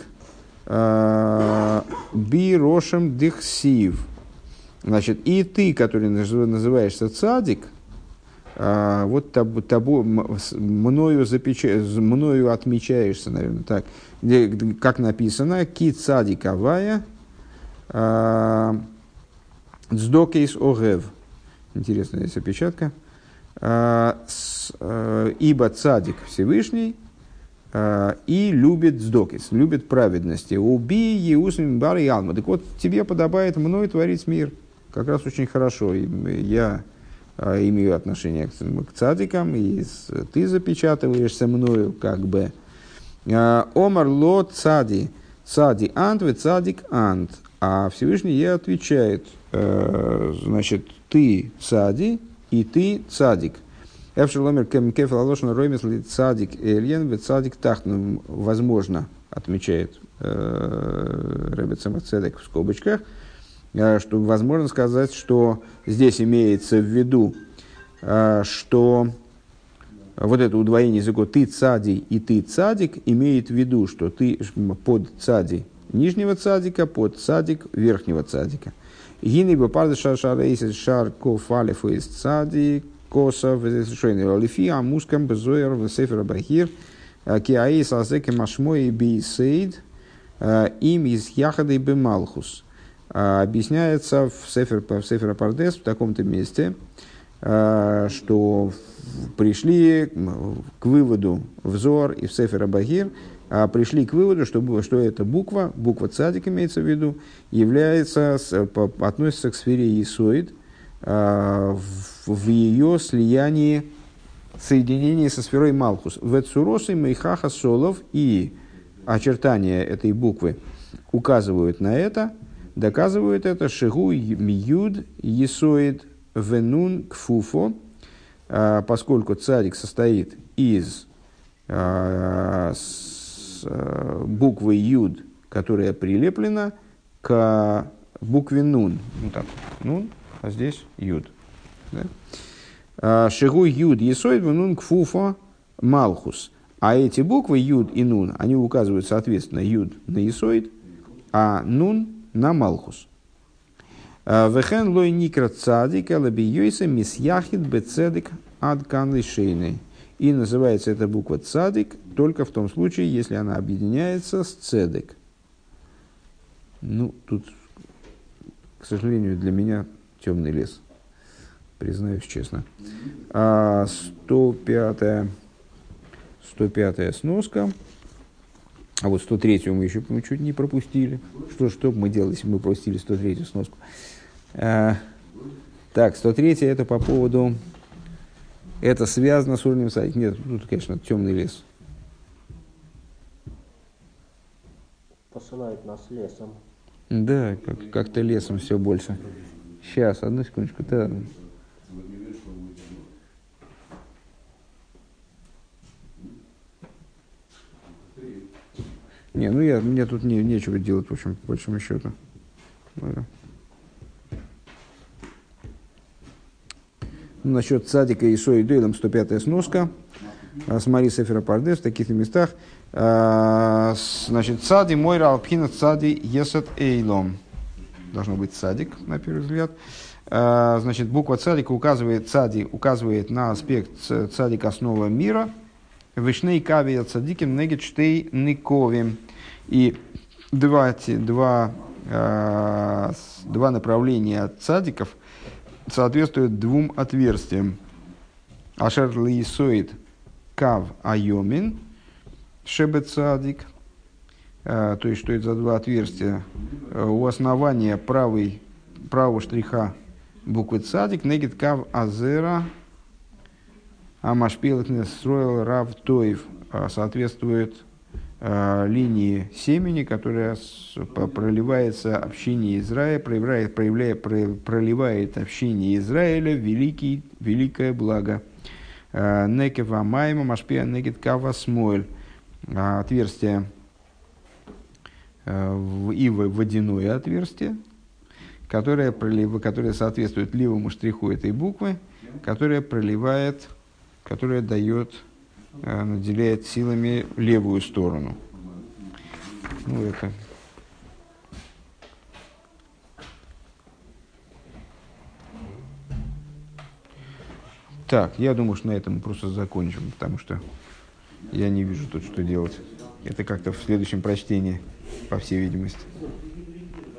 би рошем дихсив. Значит, и ты, который называешься цадик, вот тобой, мною, запеча... мною отмечаешься, наверное, так, где, как написано, ки цадик авая дздокейс огев. Интересная здесь опечатка. Ибо цадик Всевышний и любит сдокис, любит праведности. Уби еусмин бар и алма. Так вот, тебе подобает мной творить мир. Как раз очень хорошо. Я имею отношение к цадикам, и ты запечатываешься мною, как бы. Омар ло цади, цади ант, ве цадик ант. А Всевышний ей отвечает, значит, ты цади, и ты цадик. Эвшеломер кефел алошен ромес ли цадик эльен ве цадик тахт. Возможно, отмечает э, Ребе Цемах Цедек в скобочках, э, что возможно сказать, что здесь имеется в виду, э, что вот это удвоение языков «ты цади» и «ты цадик» имеет в виду, что ты под цади нижнего цадика, под цадик верхнего цадика. Гины бы парды шар-шар-эйс шар-коф-алиф из цади косов шойный лифи амускам безоер в сефер бахир киаэйс азеке машмой бейсейд им из яхады бемалхус. Объясняется в сефер, в сефер Пардес в таком-то месте, что пришли к выводу в Зоар и в Сефер Багир, пришли к выводу, что, что эта буква, буква цадик имеется в виду, является, относится к сфере Есоид в, в ее слиянии, соединении со сферой Малхус. Вецуросы Мейхаха Солов и очертания этой буквы указывают на это, доказывают это Шигу Миюд Есоид Венун Кфуфо, поскольку цадик состоит из э, с, э, буквы Юд, которая прилеплена к букве Нун. Ну так, Нун, а здесь Юд. Шигу Юд Есоид Венун Кфуфо Малхус. А эти буквы Юд и Нун, они указывают, соответственно, Юд на Есоид, а Нун на Малхус. Вехен лой никра цадик, алабиёйса мисьяхид бецедик адкан лишейный. И называется эта буква цадик только в том случае, если она объединяется с цедик. Ну, тут, к сожалению, для меня темный лес. Признаюсь честно. А, сто пятая сноска. А вот сто третью мы еще мы чуть не пропустили. Что, что бы мы делали, если бы мы пропустили сто третью сноску? А, так, сто третья это по поводу... Это связано с уровнем садика. Нет, тут, конечно, темный лес. Посылает нас лесом. Да, как, как-то лесом все больше. Сейчас, одну секундочку. Да. Не, ну я, мне тут не, нечего делать, в общем, по большому счету. Ну, насчет цадика и Исои Дейлом сто пятая сноска. Смотри Сефера Пардес в таких местах. Значит, цади мойра алпхина цади есет эйлом. Должно быть цадик, на первый взгляд. Значит, буква цадика указывает, цади указывает на аспект цадик основа мира. Вишней кави цадиким негет штей никовим. И два, два, э, два направления цадиков соответствуют двум отверстиям. Ашер лиисоид кав айомин шебет цадик. Э, то есть, что это за два отверстия? Э, у основания правой, правого штриха буквы цадик негет кав азера Амашпилотнес строил Рав Тоев, соответствует э, линии семени, которая с, по, проливается общине Израиля, проявляет, проявляет, про, проливает общине Израиля великий, великое благо. Некева майма машпия негет кава смойль. Отверстие э, и водяное отверстие, которое, пролив, которое соответствует левому штриху этой буквы, которое проливает, которая дает, наделяет силами левую сторону. Ну, это... Так, я думаю, что на этом мы просто закончим, потому что я не вижу тут, что делать. Это как-то в следующем прочтении, по всей видимости.